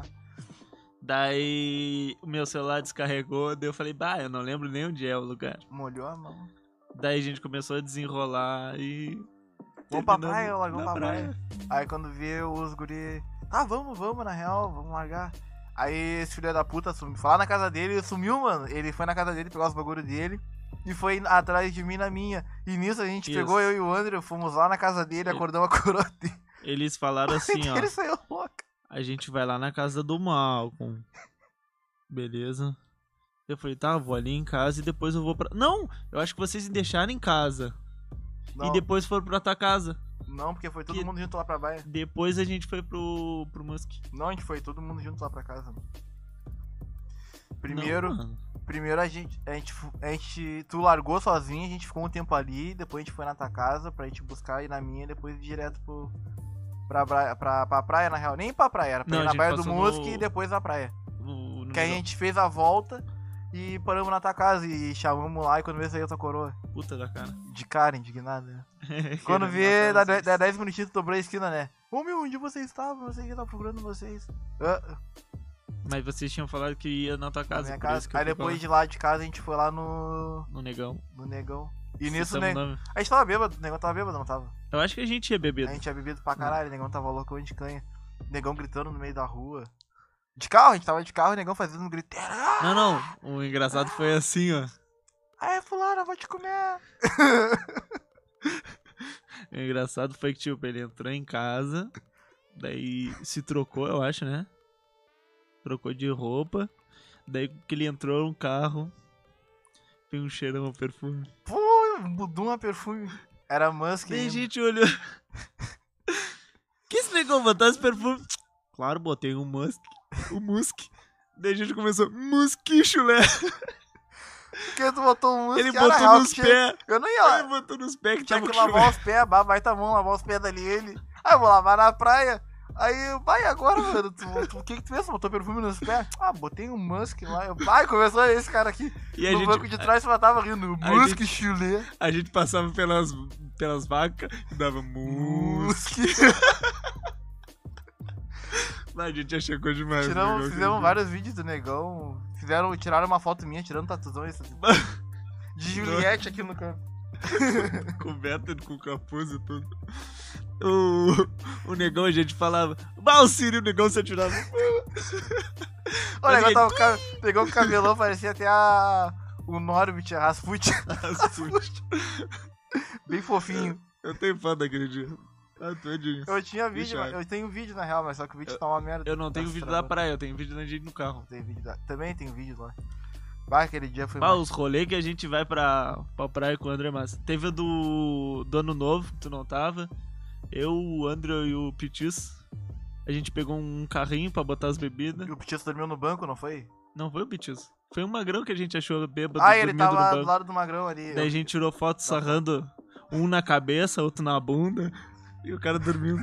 Daí o meu celular descarregou, daí eu falei, bah, eu não lembro nem onde é o lugar. Molhou a mão. Daí a gente começou a desenrolar e... Vamos pra terminamos praia, largamos na pra praia. Aí quando vê os guri... Ah, vamos, na real, vamos largar. Aí esse filho da puta sumiu. Foi lá na casa dele, ele sumiu, mano. Ele foi na casa dele, pegou os bagulho dele e foi atrás de mim na minha. E nisso a gente Isso. pegou, eu e o André, fomos lá na casa dele, acordamos a coroa dele. Eles falaram assim, ó, Ele saiu louco. a gente vai lá na casa do Malcolm. Beleza. Eu falei, tá, vou ali em casa e depois eu vou pra... Não, eu acho que vocês me deixaram em casa. Não, E depois foram pra tua casa. não, porque foi todo Que- mundo junto lá pra baia. Depois a gente foi pro Musk. Não, a gente foi todo mundo junto lá pra casa. Mano. Primeiro, Não, mano. primeiro a gente, tu largou sozinho, a gente ficou um tempo ali, depois a gente foi na tua casa pra gente buscar ir na minha e depois ir direto pra praia, na real. Nem pra praia, era pra Não, ir a na gente Baía do passou Musque no- e depois na praia. No Que a gente fez a volta e paramos na tua casa e chamamos lá e quando vê saiu a tua coroa. Puta da cara. De cara, indignado, né? Quando vê, dá 10 minutinhos, tu dobrou a esquina, né? Ô meu, onde vocês estavam? Não sei o que, tava procurando vocês. Mas vocês tinham falado que ia na tua Na casa. minha por casa. isso que eu Aí fui depois pra de lá de casa a gente foi lá no lá, no Negão. Negão. E nisso, Citamos né? o nome. A gente tava bêbado, o Negão tava bêbado, não tava? Eu acho que a gente ia beber. A gente tinha bebido pra caralho, o Negão tava loucão de canha. O Negão gritando no meio da rua. De carro, a gente tava de carro, o Negão fazendo um griteiro. Não. O engraçado foi assim, ó. Aí, fulano, eu vou te comer. O engraçado foi que, tipo, ele entrou em casa, daí se trocou, eu acho, né? Trocou de roupa, daí que ele entrou no carro, tem um cheirão, um perfume. Pô, mudou uma perfume. Era Musk. Daí a ainda. gente olhou. Que esse negão botar esse perfume? Claro, botei um Musk. O Musk. Daí a gente começou, Muski chulé. Porque tu botou um Musk. Ele era botou real nos que tinha- pés. Eu não ia lá. Ele botou nos pés que Tinha tava que com lavar chulé. os pés, vai tá bom, lavar os pés dali ele. Aí eu vou lavar na praia. Aí, vai agora, mano, o que tu fez? Botou perfume nos pés? Ah, botei um Musk lá. Vai, começou esse cara aqui. E a No gente, banco de trás só tava rindo. a Musk gente- chulé. a gente passava pelas vacas e dava Musk. Mas a gente já chegou demais. Fizemos vários vídeos do negão. Tiraram uma foto minha tirando tatuzão esse. De Juliette aqui no canto. Coberta com capuz e tudo. O negão a gente falava, bah, o Sírio, o negão se atirava. O negão pegou o cabelão, parecia até o Norbit, a Rasputin. Bem fofinho. Eu tenho fã daquele dia. Ah, todinho. Eu tinha vídeo, Bicho, eu tenho vídeo na real, mas só que o vídeo tá uma merda. Eu não tenho Nossa, vídeo da travou. praia, eu tenho vídeo da gente no carro. Também tem vídeo lá. Bah, aquele dia foi Bah, mais- os rolês que a gente vai pra praia com o André Massa. Teve o do Ano Novo, que tu não tava. Eu, o André e o Pitis. A gente pegou um carrinho pra botar as bebidas. E o Pitis dormiu no banco, não foi? Não foi o Pitis. Foi um magrão que a gente achou bêbado Ah, ele dormindo tava no do banco. lado do Magrão ali. Daí a gente tirou foto sarrando um na cabeça, outro na bunda. E o cara dormindo.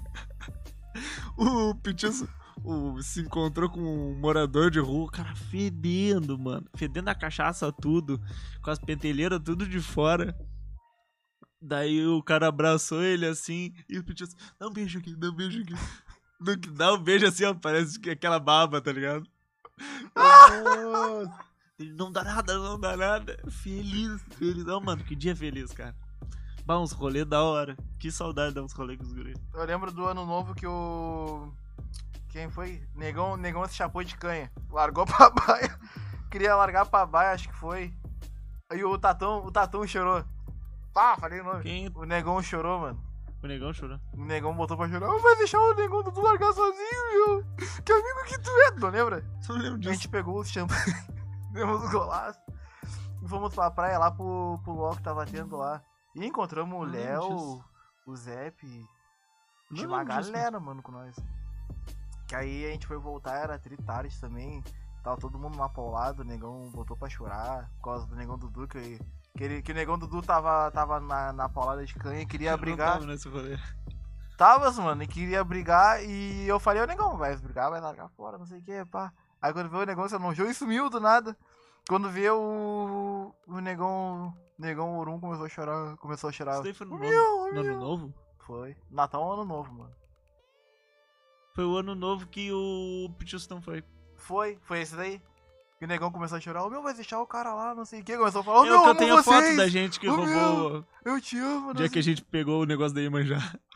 O Pitis se encontrou com um morador de rua, o cara fedendo, mano. Fedendo a cachaça tudo. Com as pentelheiras tudo de fora. Daí o cara abraçou ele assim. E o Pitis, dá um beijo aqui, dá um beijo aqui. No que dá um beijo assim, ó, parece que aquela baba, tá ligado? Nossa. Ele não dá nada, não dá nada. Feliz. Não, mano, que dia feliz, cara. Bah, uns rolês da hora. Que saudade de dar uns rolês com os guris. Eu lembro do ano novo que o... Quem foi? Negão se chapou de canha. Largou pra baia. Queria largar pra baia, acho que foi. Aí o Tatão chorou. Pá, falei o nome. Quem? O Negão chorou, mano. O negão chorou. O Negão botou pra chorar. Vai deixar o Negão tu largar sozinho, meu. Que amigo que tu é, não lembra? Não lembro A disso. gente pegou os champanhe, demos os golaços e fomos pra praia lá pro LOL que tava tendo lá. E encontramos o Não Léo, lembro disso. o Zep, Não tinha uma lembro disso, galera, mano, com nós. Que aí a gente foi voltar, era tritarde também. Tava todo mundo lá paulado, o negão botou pra chorar, por causa do negão Dudu, que o negão Dudu tava na paulada de canha e queria brigar. Não nesse rolê. Tava, mano, e queria brigar e eu falei, ô negão, vai brigar, vai largar fora, não sei o que, pá. Aí quando veio o negão se enojou e sumiu do nada. Quando veio o negão Orum começou a chorar. Isso daí foi no ano novo? Foi. Natal ou Ano Novo, mano. Foi o ano novo que o Pichustão foi. Foi esse daí. E o negão começou a chorar, meu, vai deixar o cara lá, não sei o que. Começou a falar, Eu meu, que eu amo tenho a vocês. foto da gente que roubou. Eu te amo, O dia que a gente pegou o negócio da Iemanjá.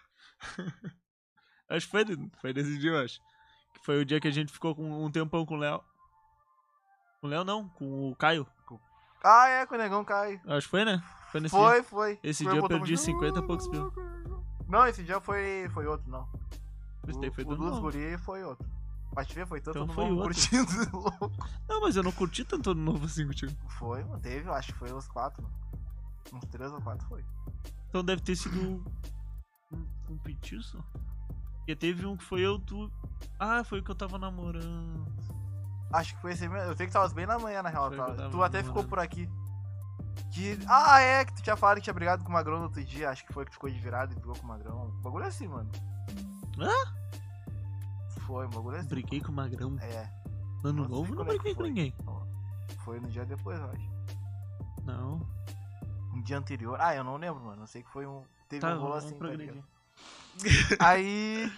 Acho que foi desse dia, eu acho. Que foi o dia que a gente ficou com um tempão com o Léo. Com o Léo não, com o Caio. Ah, é, com o negão cai. Acho que foi, né? Foi nesse dia. Foi. Esse dia eu perdi 50 e poucos mil. Não, esse dia foi outro, não. Esse daí foi O do dos novo. guri foi outro. Mas te ver, foi tanto Então no foi novo outro. curtindo louco. Não, mas eu não curti tanto ano novo assim contigo. Foi, mano, teve, eu acho que foi uns 4, mano. Uns 3 ou 4 foi. Então deve ter sido um petiço. Porque teve um que foi eu, tu. Ah, foi o que eu tava namorando. Acho que foi esse mesmo. Eu sei que tava bem na manhã, na real. Foi que eu tava Tu até namorando. ficou por aqui. Ah, é, que tu tinha falado que tinha brigado com o Magrão no outro dia. Acho que foi que tu ficou de virado e brigou com o Magrão. Um bagulho assim, mano. Hã? Foi, um bagulho assim. Briguei com o Magrão. É. No ano Não sei novo eu não quando é que briguei com foi. ninguém. Foi no dia depois, eu acho. Não. Um dia anterior. Ah, eu não lembro, mano. Eu sei que foi um. Teve Tá, um rolo vamos assim. Tá progredir. ligado? Aí.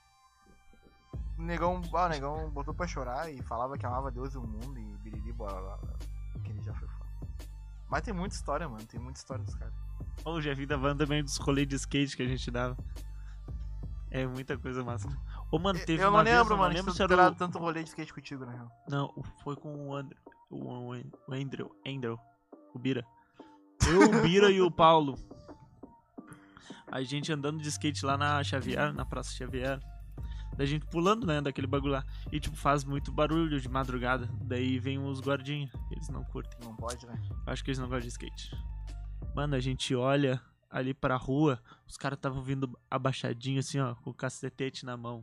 O negão botou pra chorar e falava que amava Deus e o mundo e biriri, bora lá. Que ele já foi foda. Mas tem muita história, mano. Tem muita história dos caras. Ô, o Jefinho tava falando também dos rolês de skate que a gente dava. É muita coisa massa. Ô, mano, teve Eu uma não vez, lembro, eu mano, não lembro se se tu era terá o... tanto rolê de skate contigo, na real. Não, foi com o Andrew. O Bira. Eu, o Bira e o Paulo. A gente andando de skate lá na Xavier, na Praça Xavier. Da gente pulando, né, daquele bagulho lá. E, tipo, faz muito barulho de madrugada. Daí vem os guardinhas. Eles não curtem. Não pode, né? Acho que eles não gostam de skate. Mano, a gente olha ali pra rua. Os caras estavam vindo abaixadinho assim, ó. Com o cacetete na mão.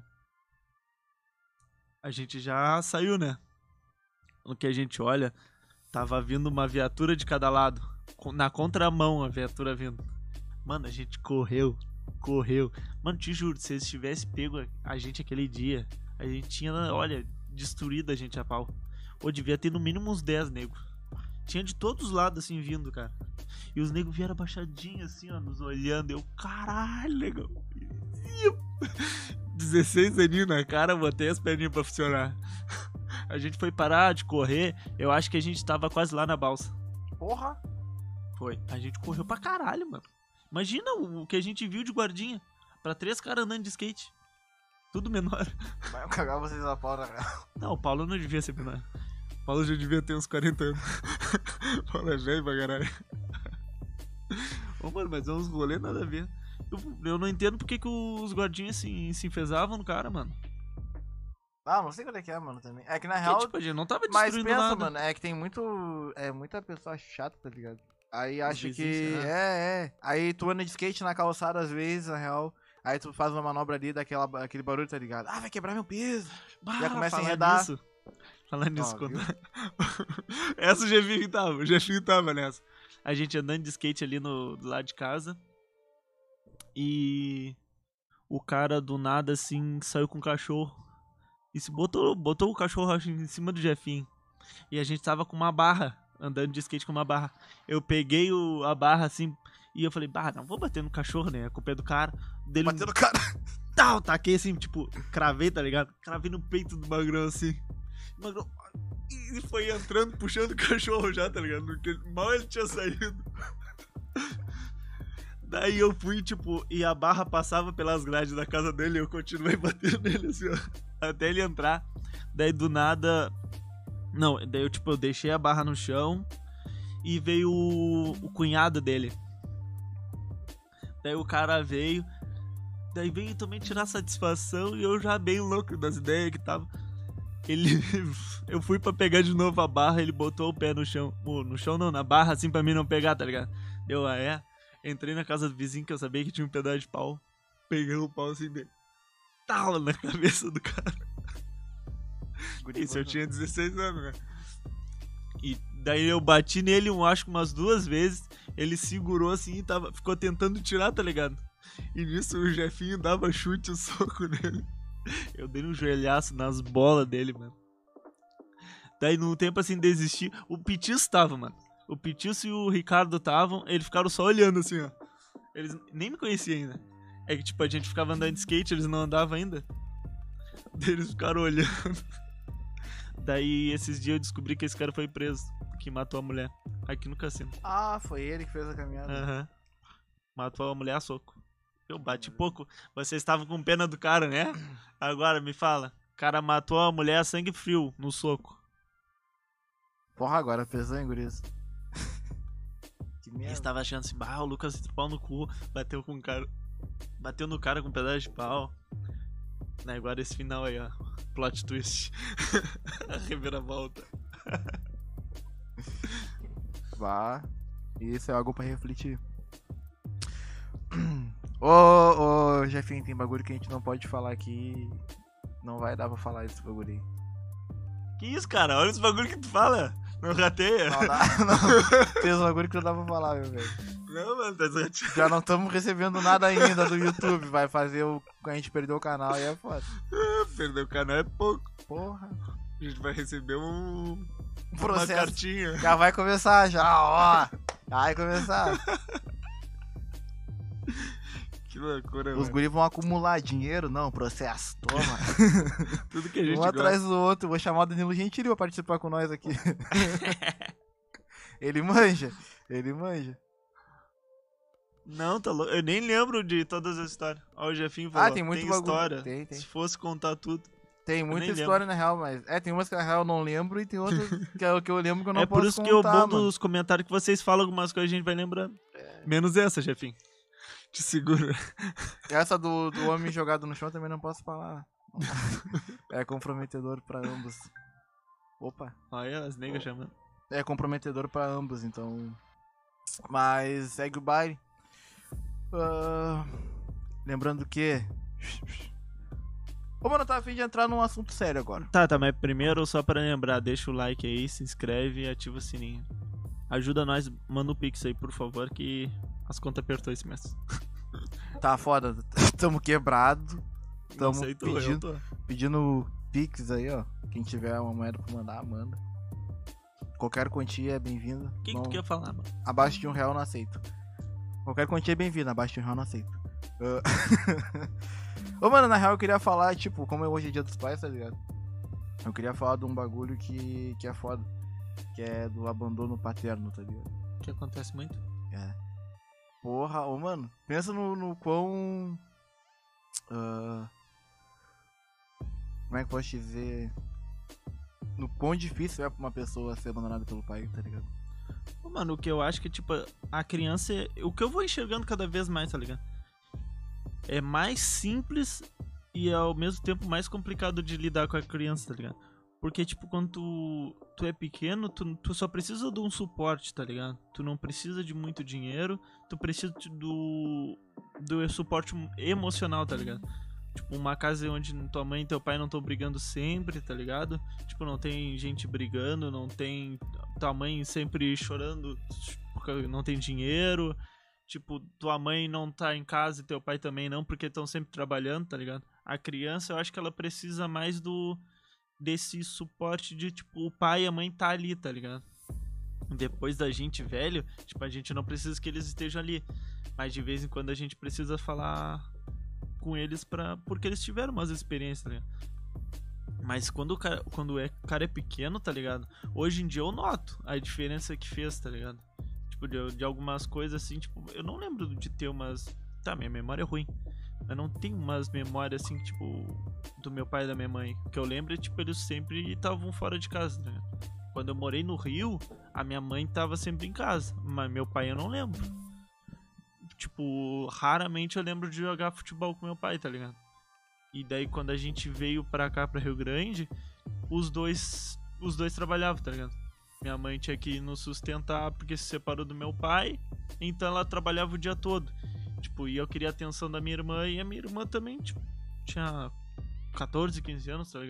A gente já saiu, né? No que a gente olha, tava vindo uma viatura de cada lado. Na contramão a viatura vindo. Mano, a gente correu. Mano, te juro, se eles tivessem pego a gente aquele dia, a gente tinha, olha, destruído a gente a pau. Ou devia ter no mínimo uns 10 negros. Tinha de todos os lados, assim, vindo, cara. E os negros vieram abaixadinhos, assim, ó, nos olhando. Eu, caralho, negão. 16 aninhos na cara, botei as perninhas pra funcionar. A gente foi parar de correr, eu acho que a gente tava quase lá na balsa. Porra! Foi. A gente correu pra caralho, mano. Imagina o que a gente viu de guardinha. Pra 3 caras andando de skate. Tudo menor. Vai eu cagar vocês na pau, na real. Não, o Paulo não devia ser menor. O Paulo já devia ter uns 40 anos. O Paulo é velho pra caralho. Ô, mano, mas é uns rolês nada a ver. Eu não entendo porque que os guardinhas se enfesavam no cara, mano. Ah, não sei qual é que é, mano, também. É que na Porque, real. tipo, a gente não tava Mas destruindo pensa, nada. mano, é que tem muito. É muita pessoa chata, tá ligado? Aí acha vezes, que. né? É. Aí tu anda de skate na calçada às vezes, na real. Aí tu faz uma manobra ali, aquele barulho, tá ligado? Ah, vai quebrar meu peso. Bah, Já começa a falar enredar. nisso. Falar nisso, Ó, quando... viu? Essa o Jefinho tava nessa. A gente andando de skate ali do lado de casa. E o cara do nada, assim, saiu com o cachorro. E se botou o cachorro acho, em cima do Jefinho. E a gente tava com uma barra, andando de skate com uma barra. Eu peguei a barra, assim, e eu falei, bah, não vou bater no cachorro, né? A culpa é do cara. Dele, Bateu no cara. tal, taquei assim, tipo, cravei, tá ligado? Cravei no peito do Magrão, assim. O Magrão e foi entrando, puxando o cachorro já, tá ligado? Porque mal ele tinha saído. Daí eu fui, tipo, e a barra passava pelas grades da casa dele e eu continuei batendo nele, assim, ó, até ele entrar. Daí do nada... Não, daí eu, tipo, eu deixei a barra no chão e veio o cunhado dele. Daí o cara veio... Daí veio também tirar satisfação e eu já bem louco das ideias que tava. Eu fui pra pegar de novo a barra, ele botou o pé no chão. No chão não, na barra assim pra mim não pegar, tá ligado? Deu, entrei na casa do vizinho que eu sabia que tinha um pedaço de pau. Peguei o pau assim dele. Tala na cabeça do cara. Isso, eu tinha 16 anos, né? E daí eu bati nele, acho que umas 2 vezes. Ele segurou assim e ficou tentando tirar, tá ligado? E nisso o Jefinho dava chute e soco nele. Eu dei um joelhaço nas bolas dele, mano. Daí no tempo assim, desistir. O Petiço tava, mano. O Petiço e o Ricardo estavam. Eles ficaram só olhando assim, ó. Eles nem me conheciam ainda. É que tipo, a gente ficava andando de skate, eles não andavam ainda. Daí eles ficaram olhando. Daí esses dias eu descobri que esse cara foi preso. Que matou a mulher. Aqui no cassino. Ah, foi ele que fez a caminhada. Aham. Matou a mulher a soco. Eu bati pouco. Vocês estavam com pena do cara, né? Agora me fala. O cara matou a mulher a sangue frio no soco. Porra, agora pesou, hein, guris? Que Eles merda. estavam achando assim, o Lucas entrou pau no cu, bateu com o cara. Bateu no cara com um pedaço de pau. Né, agora esse final aí, ó. Plot twist. A reviravolta. Vá. Isso é algo pra refletir. Ô, Jefinho, tem bagulho que a gente não pode falar aqui. Não vai dar pra falar esse bagulho aí. Que isso, cara? Olha os bagulho que tu fala. Não rateia? Não dá, não. Tem uns bagulho que não dá pra falar, meu velho. Não, mano, tá desrateando. Já não estamos recebendo nada ainda do YouTube. Vai fazer a gente perder o canal e é foda. Perder o canal é pouco. Porra. A gente vai receber uma Processo. cartinha. Já vai começar, já, ó. Já vai começar. Que loucura, Os mano. guris vão acumular dinheiro? Não, processo. Toma. Tudo que a gente Um gosta. atrás do outro. Vou chamar o Danilo Gentili pra participar com nós aqui. Ele manja. Ele manja. Não, tá louco. Eu nem lembro de todas as histórias. Ó, o Jefinho falou. Tem muito bagulho. história. Tem. Se fosse contar tudo. Tem muita nem história na real, mas... tem umas que na real eu não lembro e tem outras que é o que eu lembro que eu não É posso por isso contar, que o bom mano. dos comentários que vocês falam algumas coisas a gente vai lembrando. Menos essa, Jefinho. Te segura. Essa do homem jogado no chão também não posso falar. É comprometedor pra ambos. Opa. Olha as negas chamando. É comprometedor pra ambos, então... Mas segue o baile. Lembrando que... Ô, mano, eu tava a fim de entrar num assunto sério agora. Tá, mas primeiro, só pra lembrar, deixa o like aí, se inscreve e ativa o sininho. Ajuda nós, manda o Pix aí, por favor, que as contas apertou esse mês. Tá foda, tamo quebrado. Tamo Não sei tu, eu tô. pedindo Pix aí, ó. Quem tiver uma moeda pra mandar, manda. Qualquer quantia é bem-vinda. O que Não- tu quer falar, mano? Abaixo de R$1 não aceito. Qualquer quantia é bem-vinda, abaixo de R$1 não aceito. Ô, mano, na real eu queria falar, tipo, como hoje é dia dos pais, tá ligado? Eu queria falar de um bagulho que é foda. Que é do abandono paterno, tá ligado? Que acontece muito. É. Porra, ô, mano, pensa no quão... como é que eu posso te dizer? No quão difícil é pra uma pessoa ser abandonada pelo pai, tá ligado? Ô, mano, o que eu acho que, tipo, a criança... O que eu vou enxergando cada vez mais, tá ligado? É mais simples e ao mesmo tempo mais complicado de lidar com a criança, tá ligado? Porque, tipo, quando tu é pequeno, tu só precisa de um suporte, tá ligado? Tu não precisa de muito dinheiro, tu precisa do suporte emocional, tá ligado? Tipo, uma casa onde tua mãe e teu pai não estão brigando sempre, tá ligado? Tipo, não tem gente brigando, não tem tua mãe sempre chorando porque não tem dinheiro. Tipo, tua mãe não tá em casa e teu pai também não, porque estão sempre trabalhando, tá ligado? A criança, eu acho que ela precisa mais desse suporte de, tipo, o pai e a mãe tá ali, tá ligado? Depois da gente velho, tipo, a gente não precisa que eles estejam ali. Mas de vez em quando a gente precisa falar com eles porque eles tiveram umas experiências, tá ligado? Mas quando o cara é pequeno, tá ligado? Hoje em dia eu noto a diferença que fez, tá ligado? Tipo, de algumas coisas assim, tipo, eu não lembro de ter umas... Tá, minha memória é ruim. Eu não tenho umas memórias assim, tipo, do meu pai e da minha mãe. O que eu lembro é, tipo, eles sempre estavam fora de casa, né? Quando eu morei no Rio, a minha mãe tava sempre em casa. Mas meu pai eu não lembro. Tipo, raramente eu lembro de jogar futebol com meu pai, tá ligado? E daí quando a gente veio pra cá, pra Rio Grande, os dois trabalhavam, tá ligado? Minha mãe tinha que nos sustentar porque se separou do meu pai, então ela trabalhava o dia todo. Tipo, e eu queria a atenção da minha irmã, e a minha irmã também, tipo, tinha 14, 15 anos, tá ligado?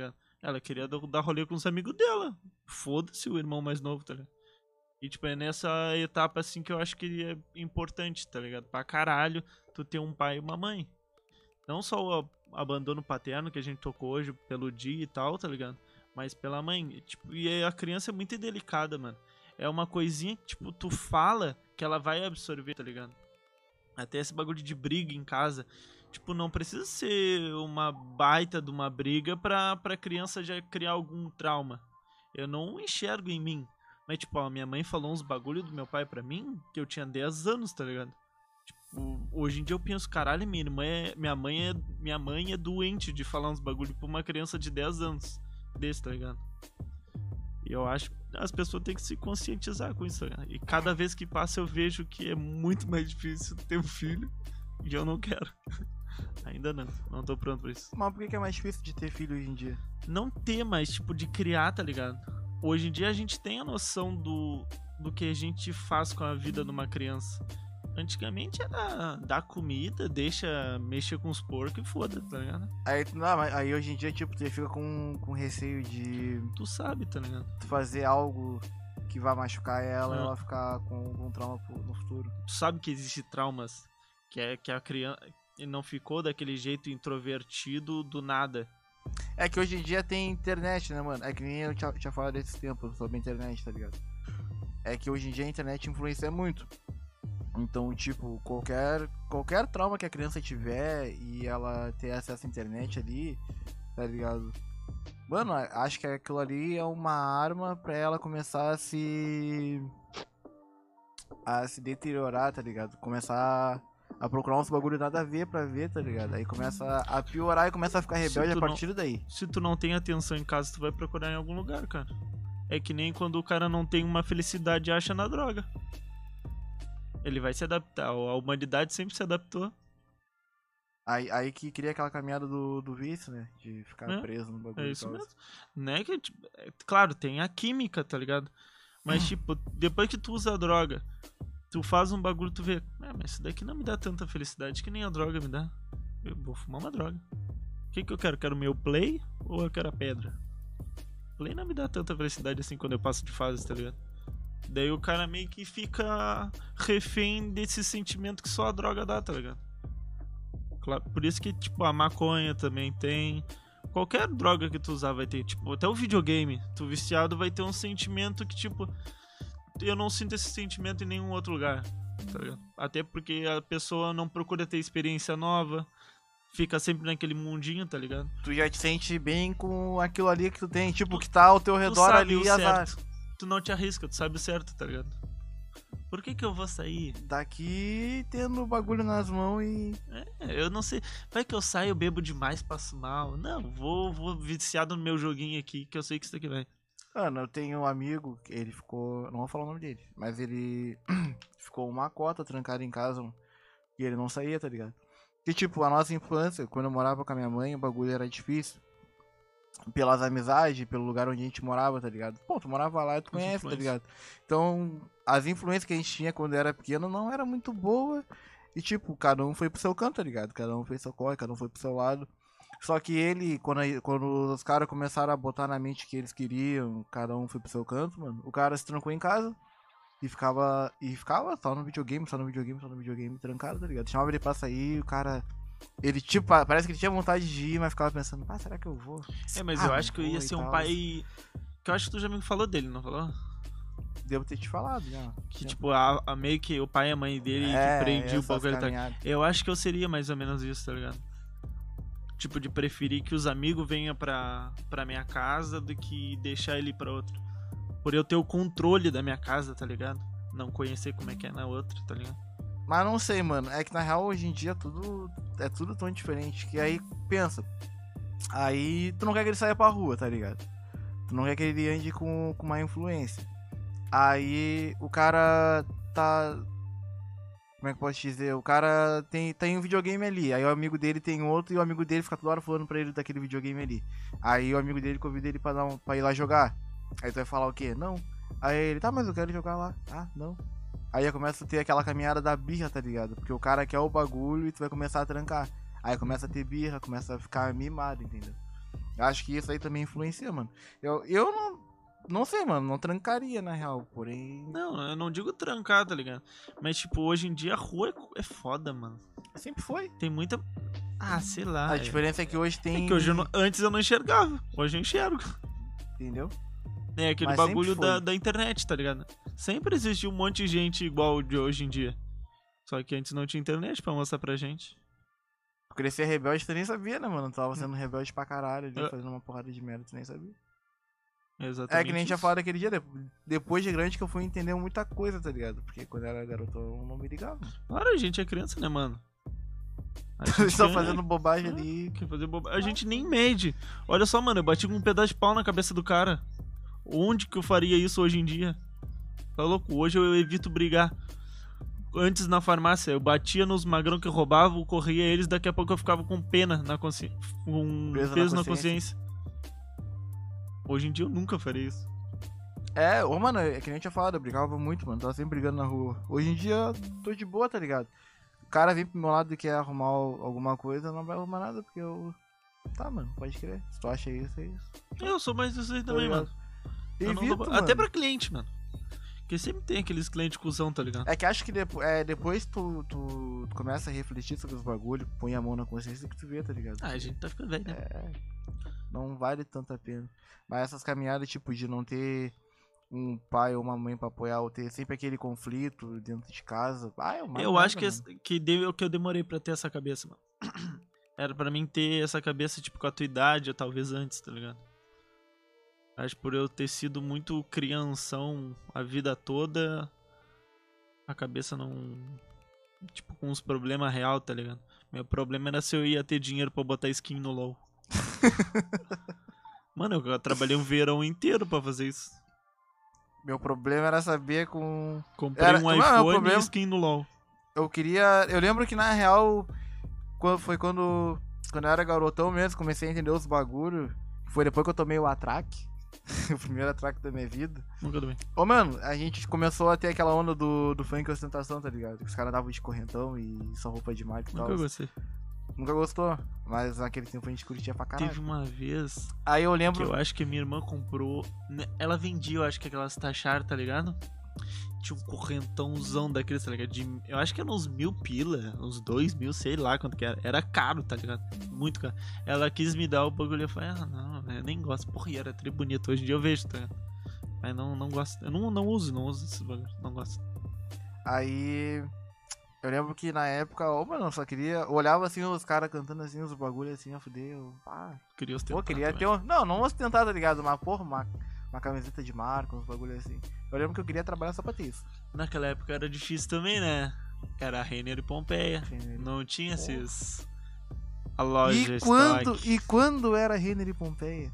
Ela queria dar rolê com os amigos dela. Foda-se o irmão mais novo, tá ligado? E, tipo, é nessa etapa, assim, que eu acho que é importante, tá ligado? Pra caralho, tu ter um pai e uma mãe. Não só o abandono paterno que a gente tocou hoje pelo dia e tal, tá ligado? Mas pela mãe. E, tipo, e a criança é muito delicada, mano. É uma coisinha que, tipo, tu fala que ela vai absorver, tá ligado? Até esse bagulho de briga em casa. Tipo, não precisa ser uma baita de uma briga pra criança já criar algum trauma. Eu não enxergo em mim. Mas, tipo, a minha mãe falou uns bagulho do meu pai pra mim que eu tinha 10 anos, tá ligado? Tipo, hoje em dia eu penso, caralho, minha mãe é doente de falar uns bagulho pra uma criança de 10 anos desse, tá ligado? E eu acho que as pessoas têm que se conscientizar com isso, tá ligado? E cada vez que passa eu vejo que é muito mais difícil ter um filho e eu não quero. Ainda não tô pronto pra isso. Mas por que é mais difícil de ter filho hoje em dia? Não ter mais, tipo, de criar, tá ligado? Hoje em dia a gente tem a noção do que a gente faz com a vida de uma criança. Antigamente era dar comida, deixa mexer com os porcos e foda, tá ligado? Aí hoje em dia, tipo, você fica com receio de Tu sabe, tá ligado? fazer algo que vai machucar ela e ela ficar com trauma no futuro. Tu sabe que existem traumas que a criança não ficou daquele jeito introvertido do nada. É que hoje em dia tem internet, né, mano? É que nem eu tinha falado desses tempos sobre a internet, tá ligado? É que hoje em dia a internet influencia muito. Então, tipo, qualquer trauma que a criança tiver e ela ter acesso à internet ali, tá ligado? Mano, acho que aquilo ali é uma arma pra ela começar a se deteriorar, tá ligado? Começar a procurar uns bagulho nada a ver pra ver, tá ligado? Aí começa a piorar e começa a ficar rebelde a partir daí. Se tu não tem atenção em casa, tu vai procurar em algum lugar, cara. É que nem quando o cara não tem uma felicidade e acha na droga. Ele vai se adaptar. A humanidade sempre se adaptou. Aí que cria aquela caminhada do vício, né? De ficar preso no bagulho. É isso mesmo. Né? Que, tipo, claro, tem a química, tá ligado? Mas, tipo, depois que tu usa a droga, tu faz um bagulho, tu vê, mas isso daqui não me dá tanta felicidade que nem a droga me dá. Eu vou fumar uma droga. O que eu quero? Quero o meu play ou eu quero a pedra? Play não me dá tanta felicidade assim quando eu passo de fase, tá ligado? Daí o cara meio que fica refém desse sentimento que só a droga dá, tá ligado? Claro, por isso que, tipo, a maconha também tem. Qualquer droga que tu usar vai ter. Tipo, até o videogame. Tu viciado vai ter um sentimento que, tipo, eu não sinto esse sentimento em nenhum outro lugar, tá ligado? Até porque a pessoa não procura ter experiência nova. Fica sempre naquele mundinho, tá ligado? Tu já te sente bem com aquilo ali que tu tem. Tipo, que tá ao teu redor ali e azar. Tu não te arrisca, tu sabe o certo, tá ligado? Por que eu vou sair? Daqui tendo o bagulho nas mãos e... eu não sei. Vai que eu saio, bebo demais, passo mal. Não, vou viciado no meu joguinho aqui, que eu sei que isso daqui vai. Mano, eu tenho um amigo, ele ficou... Não vou falar o nome dele, mas ele ficou uma cota trancado em casa, mano, e ele não saía, tá ligado? Que tipo, a nossa infância, quando eu morava com a minha mãe, o bagulho era difícil. Pelas amizades, pelo lugar onde a gente morava, tá ligado? Pô, tu morava lá e tu conhece, tá ligado? Então, as influências que a gente tinha quando era pequeno não era muito boa. E tipo, cada um foi pro seu canto, tá ligado? Cada um fez seu corre, cada um foi pro seu lado. Só que ele, quando os caras começaram a botar na mente que eles queriam, cada um foi pro seu canto, mano. O cara se trancou em casa e ficava só no videogame, trancado, tá ligado? Chamava ele pra sair, o cara... Ele, tipo, parece que ele tinha vontade de ir, mas ficava pensando, será que eu vou? Mas eu acho que eu ia ser um pai... Que eu acho que tu já me falou dele, não falou? Devo ter te falado já. Que, tipo, meio que o pai e a mãe dele que prendiam o bagulho. Eu acho que eu seria mais ou menos isso, tá ligado? Tipo, de preferir que os amigos venham pra minha casa do que deixar ele ir pra outra. Por eu ter o controle da minha casa, tá ligado? Não conhecer como é que é na outra, tá ligado? Mas não sei, mano. É que na real hoje em dia é tudo tão diferente. Que aí, pensa. Aí tu não quer que ele saia pra rua, tá ligado? Tu não quer que ele ande com uma influência. Aí o cara tá... Como é que eu posso te dizer? O cara tem um videogame ali. Aí o amigo dele tem outro e o amigo dele fica toda hora falando pra ele daquele videogame ali. Aí o amigo dele convida ele pra ir lá jogar. Aí tu vai falar o quê? Não. Aí ele, tá, mas eu quero jogar lá. Ah, não. Aí começa a ter aquela caminhada da birra, tá ligado? Porque o cara quer o bagulho e tu vai começar a trancar. Aí começa a ter birra, começa a ficar mimado, entendeu? Acho que isso aí também influencia, mano. Eu não sei, mano, não trancaria, na real, porém... Não, eu não digo trancar, tá ligado? Mas, tipo, hoje em dia a rua é foda, mano. Sempre foi. Tem muita... Ah, sei lá. A diferença é que hoje tem... É que hoje antes eu não enxergava. Hoje eu enxergo. Entendeu? É aquele Mas bagulho sempre foi. da internet, tá ligado? Sempre existiu um monte de gente igual de hoje em dia. Só que antes não tinha internet pra mostrar pra gente. Crescer rebelde, tu nem sabia, né, mano? Tu tava sendo rebelde pra caralho ali, É. fazendo uma porrada de merda, tu nem sabia. Exatamente. É que nem a gente tinha isso. falado aquele dia, depois de grande que eu fui entender muita coisa, tá ligado? Porque quando eu era garoto eu não me ligava. Claro, a gente é criança, né, mano? A Eles gente estão quer- fazendo bobagem ali. quer fazer A gente nem mede. Olha só, mano, eu bati com um pedaço de pau na cabeça do cara. Onde que eu faria isso hoje em dia? Tá louco? Hoje eu evito brigar. Antes na farmácia, eu batia nos magrão que roubavam, corria eles, daqui a pouco eu ficava com pena na consciência. Com peso na consciência. Hoje em dia eu nunca faria isso. Mano, é que nem eu tinha falado, eu brigava muito, mano. Tava sempre brigando na rua. Hoje em dia, tô de boa, tá ligado? O cara vem pro meu lado e quer arrumar alguma coisa, não vai arrumar nada, porque eu. Tá, mano, pode crer. Se tu acha isso, é isso. Eu sou mais isso aí também, ligado? mano. Eu não Evito, dou- mano. Até pra cliente, mano. Porque sempre tem aqueles clientes cuzão, tá ligado? É que acho que depois tu começa a refletir sobre os bagulhos, põe a mão na consciência que tu vê, tá ligado? Ah, a gente tá ficando velho, né? Não vale tanto a pena. Mas essas caminhadas, tipo, de não ter um pai ou uma mãe pra apoiar, ou ter sempre aquele conflito dentro de casa. Ah, é uma Eu merda, acho que, mano. que eu demorei pra ter essa cabeça, mano. Era pra mim ter essa cabeça, tipo, com a tua idade, ou talvez antes, tá ligado? Acho que por eu ter sido muito crianção a vida toda, a cabeça não... Tipo, com uns problemas real, tá ligado? Meu problema era se eu ia ter dinheiro pra botar skin no LoL. Mano, eu trabalhei um verão inteiro pra fazer isso. Meu problema era saber com. Comprei um Não, meu iPhone problema- e skin no LoL. Eu queria. Eu lembro que na real. Foi quando eu era garotão mesmo, comecei a entender os bagulhos. Foi depois que eu tomei o atraque. O primeiro atraque da minha vida. Nunca também. Ô, mano, a gente começou a ter aquela onda do funk ostentação, tá ligado? Que os caras davam de correntão e só roupa de marca e tal. Nunca gostei. Nunca gostou, mas naquele tempo a gente curtia pra caralho. Teve uma vez Aí eu que lembro. eu acho que minha irmã comprou. Ela vendia, eu acho que aquelas tachar, tá ligado? Tinha um correntãozão daqueles, tá ligado? Eu acho que era uns 1.000 pila, uns 2.000, sei lá quanto que era. Era caro, tá ligado? Muito caro. Ela quis me dar o bagulho e eu falei, ah, não, eu nem gosto. Porra, e era tri bonito. Hoje em dia eu vejo, tá ligado? Mas não gosto. Eu não uso esses bagulhos. Não gosto. Aí. Eu lembro que na época, mano, eu só queria. Eu olhava assim os caras cantando assim, os bagulhos assim, eu fudei. Queria ostentar. Pô, queria também. ter um. Não ostentar, tá ligado? Mas, porra, uma camiseta de marca, uns bagulhos assim. Eu lembro que eu queria trabalhar só pra ter isso. Naquela época era difícil também, né? Era Renner e Pompeia. Renner e Não tinha Porra. esses. A loja E quando era Renner e Pompeia?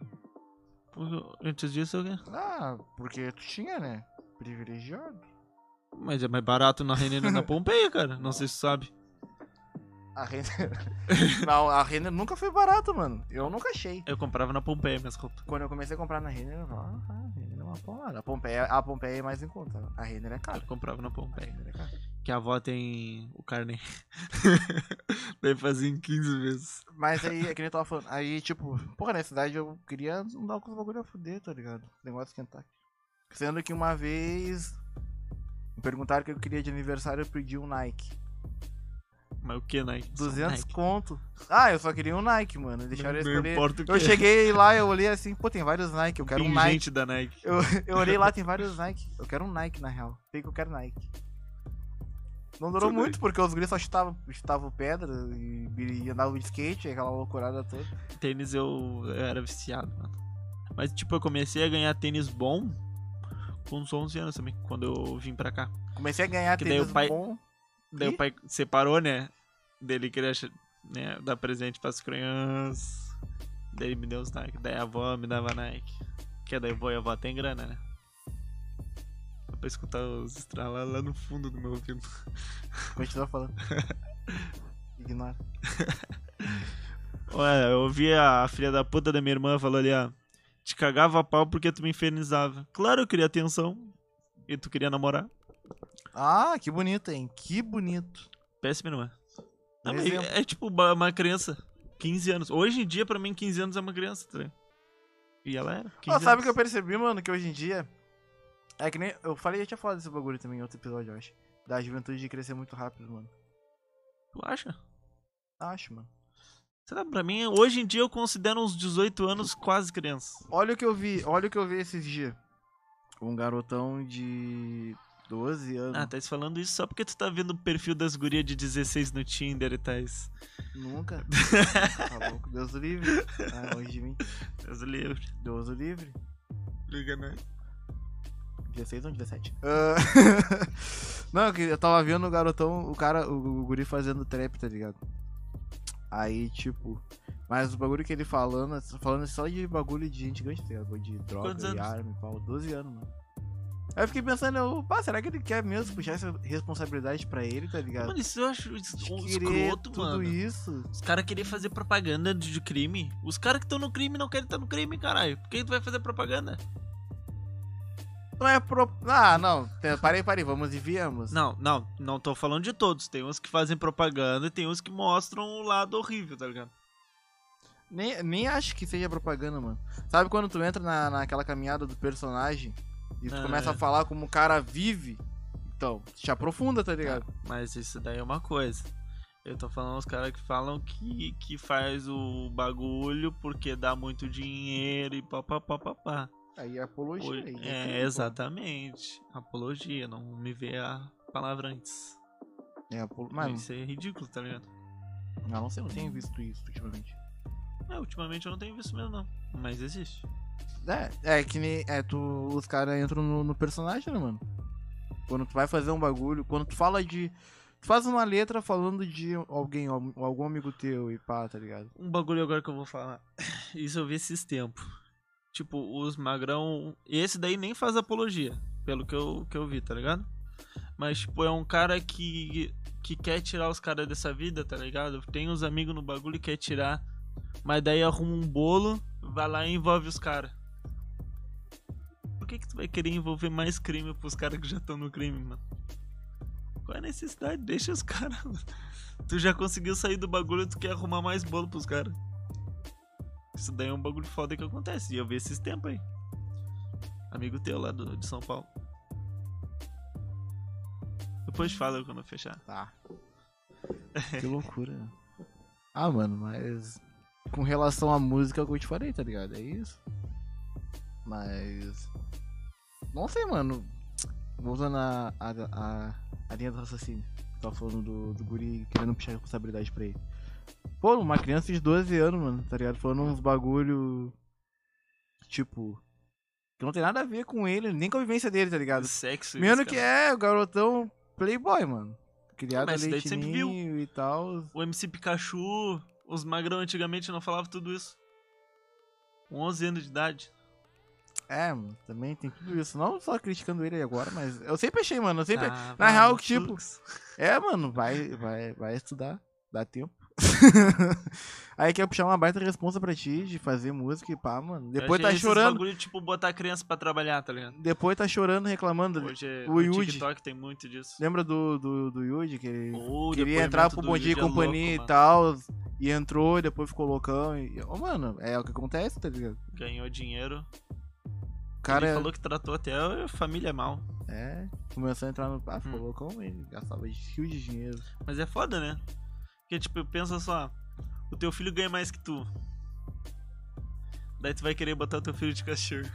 Antes disso, o quê? Ah, porque tu tinha, né? Privilegiado. Mas é mais barato na Renner e na Pompeia, cara. Não sei se tu sabe. A Renner. Não, a Renner nunca foi barato, mano. Eu nunca achei. Eu comprava na Pompeia minhas roupas. Quando eu comecei a comprar na Renner, eu falava, a Renner é uma porrada. A Pompeia é mais em conta. A Renner é Eu cara. comprava na A Pompeia. Renner é cara. Que a avó tem o carne. Daí fazia em 15 vezes. Mas aí, é que nem eu tava falando. Aí, tipo, porra, na cidade eu queria andar com os bagulho a fuder, tá ligado? Negócio de esquentar. Sendo que uma vez me perguntaram o que eu queria de aniversário, eu pedi um Nike. Mas o que, Nike? 200 Nike. conto. Ah, eu só queria um Nike, mano. Deixaram eu Não escolher. importa o que Eu é. cheguei lá, eu olhei assim, pô, tem vários Nike, eu quero um Nike. Pingente da Nike. Eu olhei lá, tem vários Nike. Eu quero um Nike, na real. Sei que eu quero Nike. Não durou Tudo muito, porque os guris só chutavam pedra e andavam de skate, aquela loucurada toda. Tênis eu era viciado, mano. Mas, tipo, eu comecei a ganhar tênis bom com uns 11 anos também, quando eu vim pra cá. Comecei a ganhar Que daí tênis o pai- bom. Daí Ih. o pai separou, né? Dele queria né, dar presente pras crianças. Daí ele me deu os Nike. Daí a avó me dava Nike. Que daí a avó tem grana, né? Dá pra escutar os estralar lá no fundo do meu ouvido. Continua falando. Ignora. Ué, eu ouvi a filha da puta da minha irmã falou ali, ó. Te cagava a pau porque tu me infernizava. Claro, eu queria atenção. E tu queria namorar. Ah, que bonito, hein? Que bonito. Péssima irmã. Não, Um mas exemplo. é tipo uma criança 15 anos. Hoje em dia, pra mim, 15 anos é uma criança, tá ligado? E ela era. 15 Ó, sabe o anos. que eu percebi, mano? Que hoje em dia. É que nem. Eu falei, eu tinha falado desse bagulho também em outro episódio, eu acho. Da juventude de crescer muito rápido, mano. Tu acha? Acho, mano. Sei lá, pra mim, hoje em dia eu considero uns 18 anos quase criança. Olha o que eu vi esses dias. Um garotão de 12 anos. Ah, tá falando isso só porque tu tá vendo o perfil das gurias de 16 no Tinder e tais. Nunca. Tá louco. Deus o livre. Ah, longe de mim. Deus o livre. Deus o livre. Liga, né? 16 ou 17? Não, que eu tava vendo o garotão, o guri fazendo trap, tá ligado? Aí, tipo. Mas o bagulho que ele falando só de bagulho de gente grande, tá ligado? De droga Quantos e anos? arma e pau. 12 anos, mano. Aí eu fiquei pensando, pá, será que ele quer mesmo puxar essa responsabilidade pra ele, tá ligado? Mano, isso eu acho De um querer escroto, tudo mano. isso. Os caras querem fazer propaganda de crime. Os caras que estão no crime não querem estar no crime, caralho. Por que tu vai fazer propaganda? Não é pro. Ah, não. Parei, vamos e viemos. Não tô falando de todos. Tem uns que fazem propaganda e tem uns que mostram o lado horrível, tá ligado? Nem acho que seja propaganda, mano. Sabe quando tu entra naquela caminhada do personagem e tu começa a falar como o cara vive? Então, te aprofunda, tá ligado? Mas isso daí é uma coisa. Eu tô falando os caras que falam que faz o bagulho porque dá muito dinheiro e papapá. Aí é apologia. Aí tudo, pô. Exatamente. Apologia, não me vê a palavra antes. Mas, Isso é ridículo, tá ligado? não sei, eu não tenho visto isso ultimamente. Ultimamente eu não tenho visto mesmo, não. Mas existe. É que nem. Os caras entram no personagem, né, mano? Quando tu vai fazer um bagulho, quando tu fala de. Tu faz uma letra falando de alguém, algum amigo teu e pá, tá ligado? Um bagulho agora que eu vou falar. Isso eu vi esses tempos. Tipo, os magrão. Esse daí nem faz apologia, pelo que eu vi, tá ligado? Mas, tipo, é um cara que quer tirar os caras dessa vida, tá ligado? Tem uns amigos no bagulho e quer tirar. Mas daí arruma um bolo, vai lá e envolve os caras. Por que tu vai querer envolver mais crime pros caras que já estão no crime, mano? Qual é a necessidade? Deixa os caras. Tu já conseguiu sair do bagulho, tu quer arrumar mais bolo pros caras. Isso daí é um bagulho foda que acontece. E eu vi esses tempos aí. Amigo teu lá de São Paulo. Depois fala quando eu fechar. Tá. Que loucura. Ah, mano, mas. Com relação à música, é o que eu te falei, tá ligado? É isso. Mas. Não sei, mano. Voltando a linha do raciocínio. Tava falando do guri querendo puxar a responsabilidade pra ele. Pô, uma criança de 12 anos, mano, tá ligado? Falando uns bagulho. Tipo. Que não tem nada a ver com ele, nem com a vivência dele, tá ligado? Sexo. Menos isso, que cara. o garotão playboy, mano. Criado a Mas isso daí tu sempre viu. leitinho e tal. O MC Pikachu, os magrão antigamente não falavam tudo isso. Com 11 anos de idade. É, mano, também tem tudo isso. Não só criticando ele agora, mas eu sempre achei, mano. Eu sempre. Ah, na real, vamos, tipo. Fux. Mano, vai estudar. Dá tempo. Aí quer puxar uma baita responsa pra ti de fazer música e pá, mano. Depois Eu tá achei esses chorando. bagulho, tipo, botar a criança pra trabalhar, tá ligado? Depois tá chorando, reclamando. Hoje O no Yuji. TikTok tem muito disso. Lembra do Yuji? Que ele O queria entrar depoimento pro do Bom Dia e Yuji é Companhia louco, e tal. E entrou, e depois ficou loucão. Mano, é o que acontece, tá ligado? Ganhou dinheiro. O cara Ele falou que tratou até a família mal. começou a entrar no. Ah, ficou loucão, ele gastava rios de dinheiro. Mas é foda, né? Porque, tipo, pensa só. O teu filho ganha mais que tu. Daí tu vai querer botar o teu filho de castigo.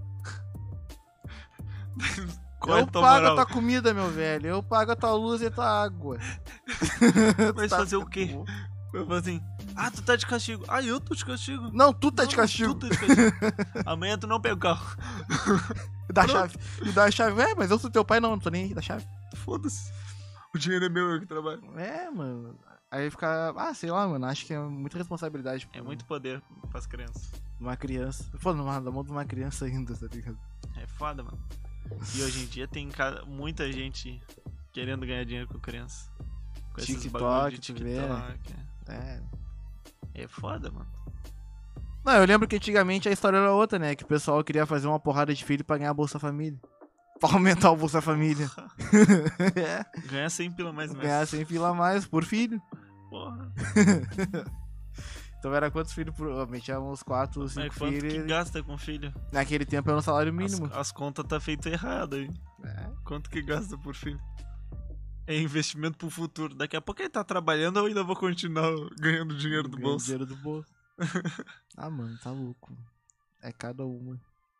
Qual é Eu a tua pago moral? a tua comida, meu velho. Eu pago a tua luz e a tua água. Vai Tá fazer o quê? ficando louco. Vai falar assim, tu tá de castigo. Eu tô de castigo. Não, tu tá de Não, castigo. Tu tá de castigo. Amanhã tu não pega o carro. Dá a Pronto. chave. Me dá a chave. Mas eu sou teu pai, não tô nem aí da chave. Foda-se. O dinheiro é meu, eu que trabalho. Mano. Aí fica. Ah, sei lá, mano. Acho que é muita responsabilidade. É muito poder pras crianças. Uma criança. Pô, na mão de uma criança ainda, tá ligado? É foda, mano. E hoje em dia tem muita gente querendo ganhar dinheiro com criança. Com esses TikTok, bagulho de tu vê. TikTok. É. É foda, mano. Não, eu lembro que antigamente a história era outra, né? Que o pessoal queria fazer uma porrada de filho pra ganhar a Bolsa Família. Pra aumentar o Bolsa Família. Ganhar 100 pila mais mês. Ganhar 100 pila a mais por filho. Porra. Então era quantos filhos por... Eu metia uns 4, 5 Mas quanto que filhos. gasta com filho? Naquele tempo era um salário mínimo. As contas tá feito errado aí. É. Quanto que gasta por filho? É investimento pro futuro. Daqui a pouco ele tá trabalhando, eu ainda vou continuar ganhando dinheiro do Ganhando bolso. dinheiro do bolso. Ah, mano, tá louco. É cada uma.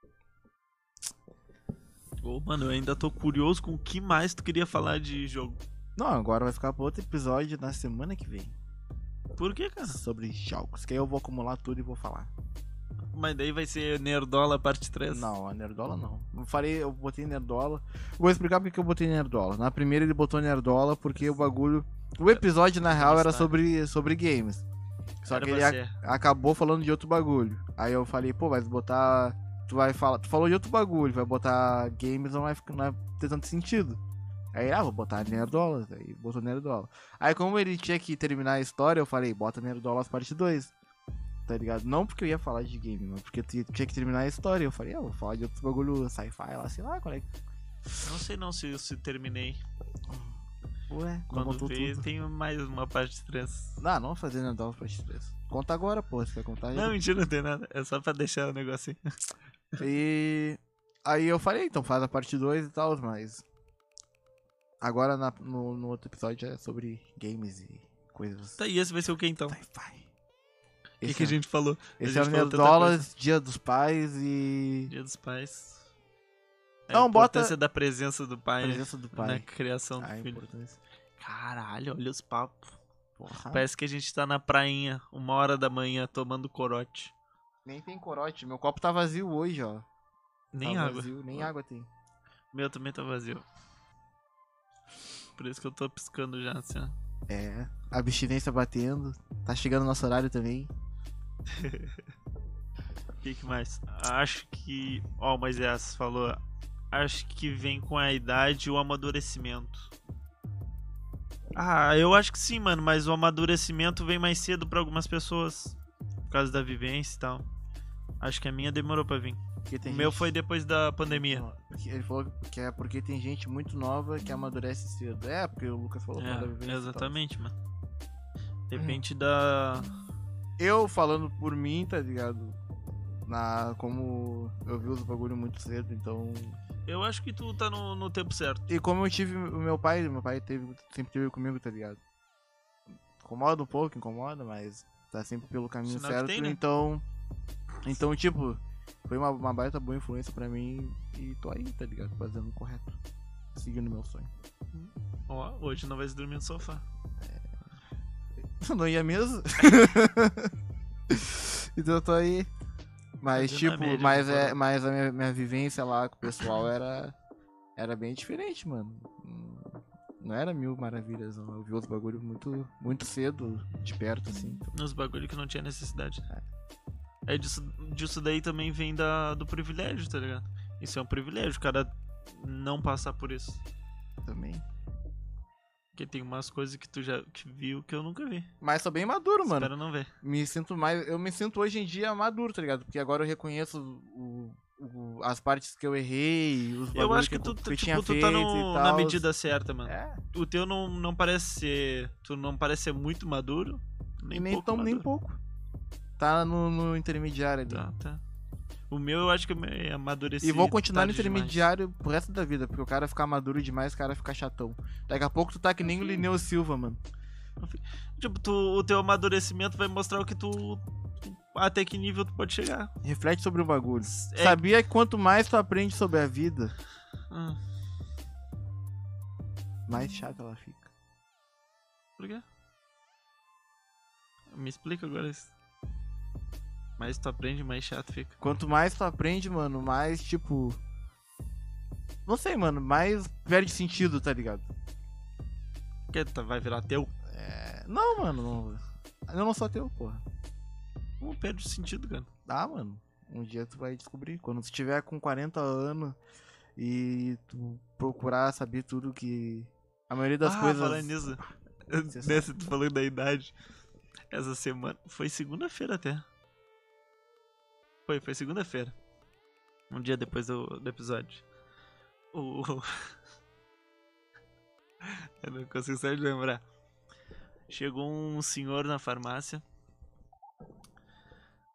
Ô, mano, eu ainda tô curioso com o que mais tu queria falar de jogo. Não, agora vai ficar pra outro episódio na semana que vem. Por que, cara? Sobre jogos. Que aí eu vou acumular tudo e vou falar. Mas daí vai ser Nerdola parte 3. Não, a Nerdola não. Eu botei Nerdola. Vou explicar porque que eu botei Nerdola. Na primeira ele botou Nerdola porque o bagulho. O episódio, na real, era sobre games. Só Era que pra ele ser. acabou falando de outro bagulho. Aí eu falei, pô, vai botar. Tu vai falar. Tu falou de outro bagulho, vai botar games, não vai ter tanto sentido. Aí, vou botar Nerdola. Aí botou Nerdola. Aí, como ele tinha que terminar a história, eu falei, bota Nerdolas parte 2. Tá ligado? Não porque eu ia falar de game, mas porque tinha que terminar a história. Eu falei, vou falar de outro bagulho sci-fi lá, sei lá, qual é que. Não sei não se terminei. Ué, não Quando contou vê, tudo. tem mais uma parte 3. Não vou fazer Nerdolas parte 3. Conta agora, pô, você quer contar? Não, mentira, não tem nada. É só pra deixar o negocinho. E aí eu falei, então faz a parte 2 e tal, mas agora no outro episódio é sobre games e coisas. Tá, e esse vai ser o que então? Sci-fi. O que a gente falou? Esse A é o gente falou tanta Nerdolas, Dia dos Pais e Dia dos Pais. Não, a bota- importância da presença do pai, presença do na pai. criação do A filho. importância. Caralho, olha os papos. Porra. Parece que a gente tá na prainha, 1h da manhã, tomando corote. Nem tem corote, meu copo tá vazio hoje, ó. Nem Tá água. vazio, nem água tem. Meu também tá vazio. Por isso que eu tô piscando já, assim, ó. É, a abstinência batendo. Tá chegando nosso horário também. O que mais? Acho que... Ó, o Moisés falou... Acho que vem com a idade o amadurecimento. Ah, eu acho que sim, mano. Mas o amadurecimento vem mais cedo pra algumas pessoas. Por causa da vivência e tal. Acho que a minha demorou pra vir. Porque tem O meu gente- foi depois da pandemia. Ele falou que é porque tem gente muito nova que amadurece cedo. É, porque o Lucas falou da vivência e tal. Exatamente, mano. Depende da... Eu falando por mim, tá ligado? Como eu vi os bagulho muito cedo, então. Eu acho que tu tá no tempo certo. E como eu tive o meu pai sempre teve comigo, tá ligado? Incomoda um pouco, mas tá sempre pelo caminho Sinal que certo, tem, né? então, tipo, foi uma baita boa influência pra mim e tô aí, tá ligado? Fazendo o correto. Seguindo meu sonho. Ó, hoje não vai se dormir no sofá. Não ia mesmo? Então eu tô aí. Mas, Fazendo a tipo, média mas, do é, coro. mas a minha vivência lá com o pessoal era bem diferente, mano. Não era mil maravilhas, não. Eu vi os bagulho muito cedo, de perto, assim. Nos bagulho que não tinha necessidade. É disso daí também vem do privilégio, tá ligado? Isso é um privilégio, o cara não passar por isso. Também. Porque tem umas coisas que tu já viu que eu nunca vi. Mas sou bem maduro, mano. Espero não ver. Eu me sinto hoje em dia maduro, tá ligado? Porque agora eu reconheço as partes que eu errei, os Eu bagulho acho que eu tu tinha tá feito e na tal. medida certa, mano. É, O teu não parece ser... Tu não parece ser muito maduro. e Nem pouco nem maduro. pouco. Tá no intermediário ali. Tá. O meu eu acho que eu amadureci. E vou continuar no tarde demais. intermediário pro resto da vida, porque o cara ficar maduro demais, o cara fica chatão. Daqui a pouco tu tá que nem o Lineu Silva, mano. Tipo, o teu amadurecimento vai mostrar o que até que nível tu pode chegar. Reflete sobre o bagulho. É- Sabia que quanto mais tu aprende sobre a vida, Ah, mais chata ela fica. por quê? Me explica agora isso. Mais tu aprende, mais chato fica. Quanto mais tu aprende, mano, mais tipo. Não sei, mano, mais perde sentido, tá ligado? Porque tu vai virar teu. Não, mano, eu não sou teu, porra. Como perde o sentido, cara? Ah, mano, um dia tu vai descobrir. Quando tu estiver com 40 anos e tu procurar saber tudo que. A maioria das coisas. Falando nisso. Você Nessa, tu falando da idade. Essa semana. Foi segunda-feira até. Foi segunda-feira. Um dia depois do episódio. Eu não consigo sair de lembrar. Chegou um senhor na farmácia.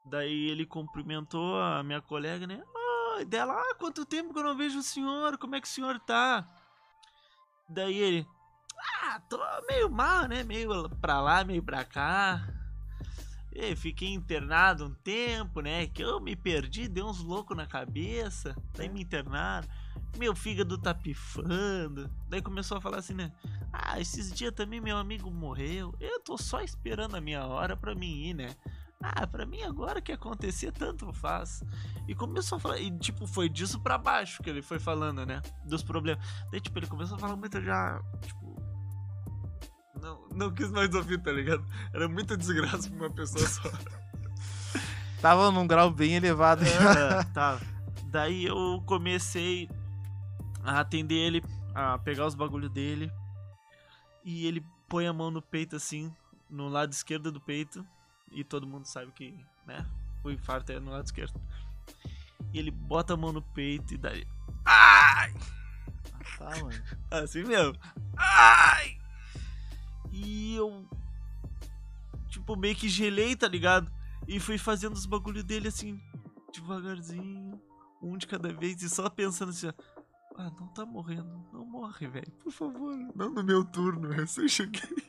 Daí ele cumprimentou a minha colega, né? Dela, quanto tempo que eu não vejo o senhor, como é que o senhor tá? Daí ele, tô meio mal, né? Meio pra lá, meio pra cá. E fiquei internado um tempo, né? Que eu me perdi, dei uns loucos na cabeça. Daí me internaram. Meu fígado tá pifando. Daí começou a falar assim, né? Esses dias também meu amigo morreu. Eu tô só esperando a minha hora pra mim ir, né? Pra mim agora que acontecer, tanto faz. E começou a falar, e tipo, foi disso pra baixo que ele foi falando, né? Dos problemas. Daí, tipo, ele começou a falar muito já, tipo... Não quis mais ouvir, tá ligado? Era muita desgraça pra uma pessoa só. Tava num grau bem elevado. Tá. Daí eu comecei a atender ele, a pegar os bagulho dele. E ele põe a mão no peito assim, no lado esquerdo do peito. E todo mundo sabe que, né, o infarto é no lado esquerdo. E ele bota a mão no peito e daí... Ai! Tá, mano. Assim mesmo. Ai! E eu... tipo, meio que gelei, tá ligado? E fui fazendo os bagulho dele assim, devagarzinho, um de cada vez. E só pensando assim, não tá morrendo. Não morre, velho. Por favor. Não no meu turno, eu só cheguei.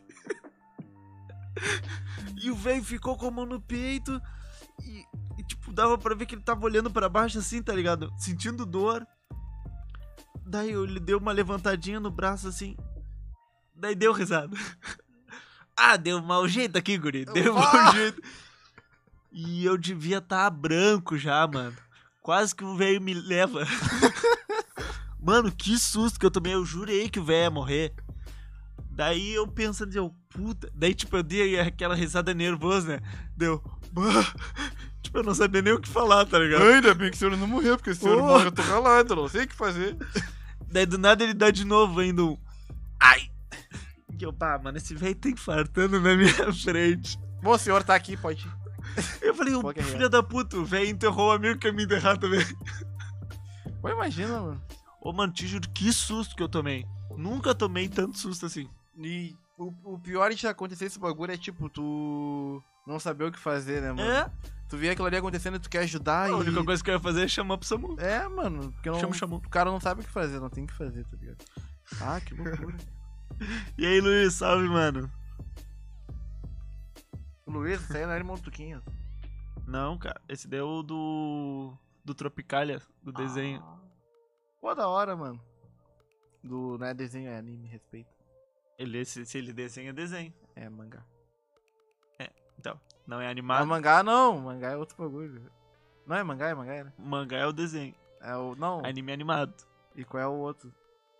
E o velho ficou com a mão no peito e tipo, dava pra ver que ele tava olhando pra baixo assim, tá ligado? Sentindo dor. Daí ele deu uma levantadinha no braço assim. Daí deu risada. Deu mau jeito aqui, guri. Deu mau jeito. E eu devia estar branco já, mano. Quase que o velho me leva. Mano, que susto que eu tomei. Eu jurei que o velho ia morrer. Daí eu pensando, puta... Daí, tipo, eu dei aquela risada nervosa, né? Deu... Tipo, eu não sabia nem o que falar, tá ligado? Ainda bem que o senhor não morreu, porque se o senhor morre eu tô calado, eu não sei o que fazer. Daí, do nada, ele dá de novo ainda um... Ai! E eu, mano, esse velho tá infartando na minha frente. Bom, o senhor tá aqui, pode ir. Eu falei, filho da puta, o velho enterrou o amigo que ia me enterrar também. Pô, imagina, mano. Mano, te juro, que susto que eu tomei. Nunca tomei tanto susto assim. E o pior de acontecer esse bagulho é, tipo, tu não saber o que fazer, né, mano? Tu vê aquilo ali acontecendo e tu quer ajudar. A única coisa que eu ia fazer é chamar pro SAMU. Mano, porque Chama. O cara não sabe o que fazer, não tem o que fazer, tá ligado? Que loucura. E aí, Luiz, salve, mano. O Luiz, isso aí não era Montuquinhos. Não, cara, esse daí é o do Tropicalia, do desenho. Pô, da hora, mano. Não é desenho, é anime, respeito. Se ele desenha, desenho. É mangá. Então, não é animado. Mangá não, mangá é outro bagulho. Não é mangá, né? Mangá é o desenho. Não. Anime animado. E qual é o outro?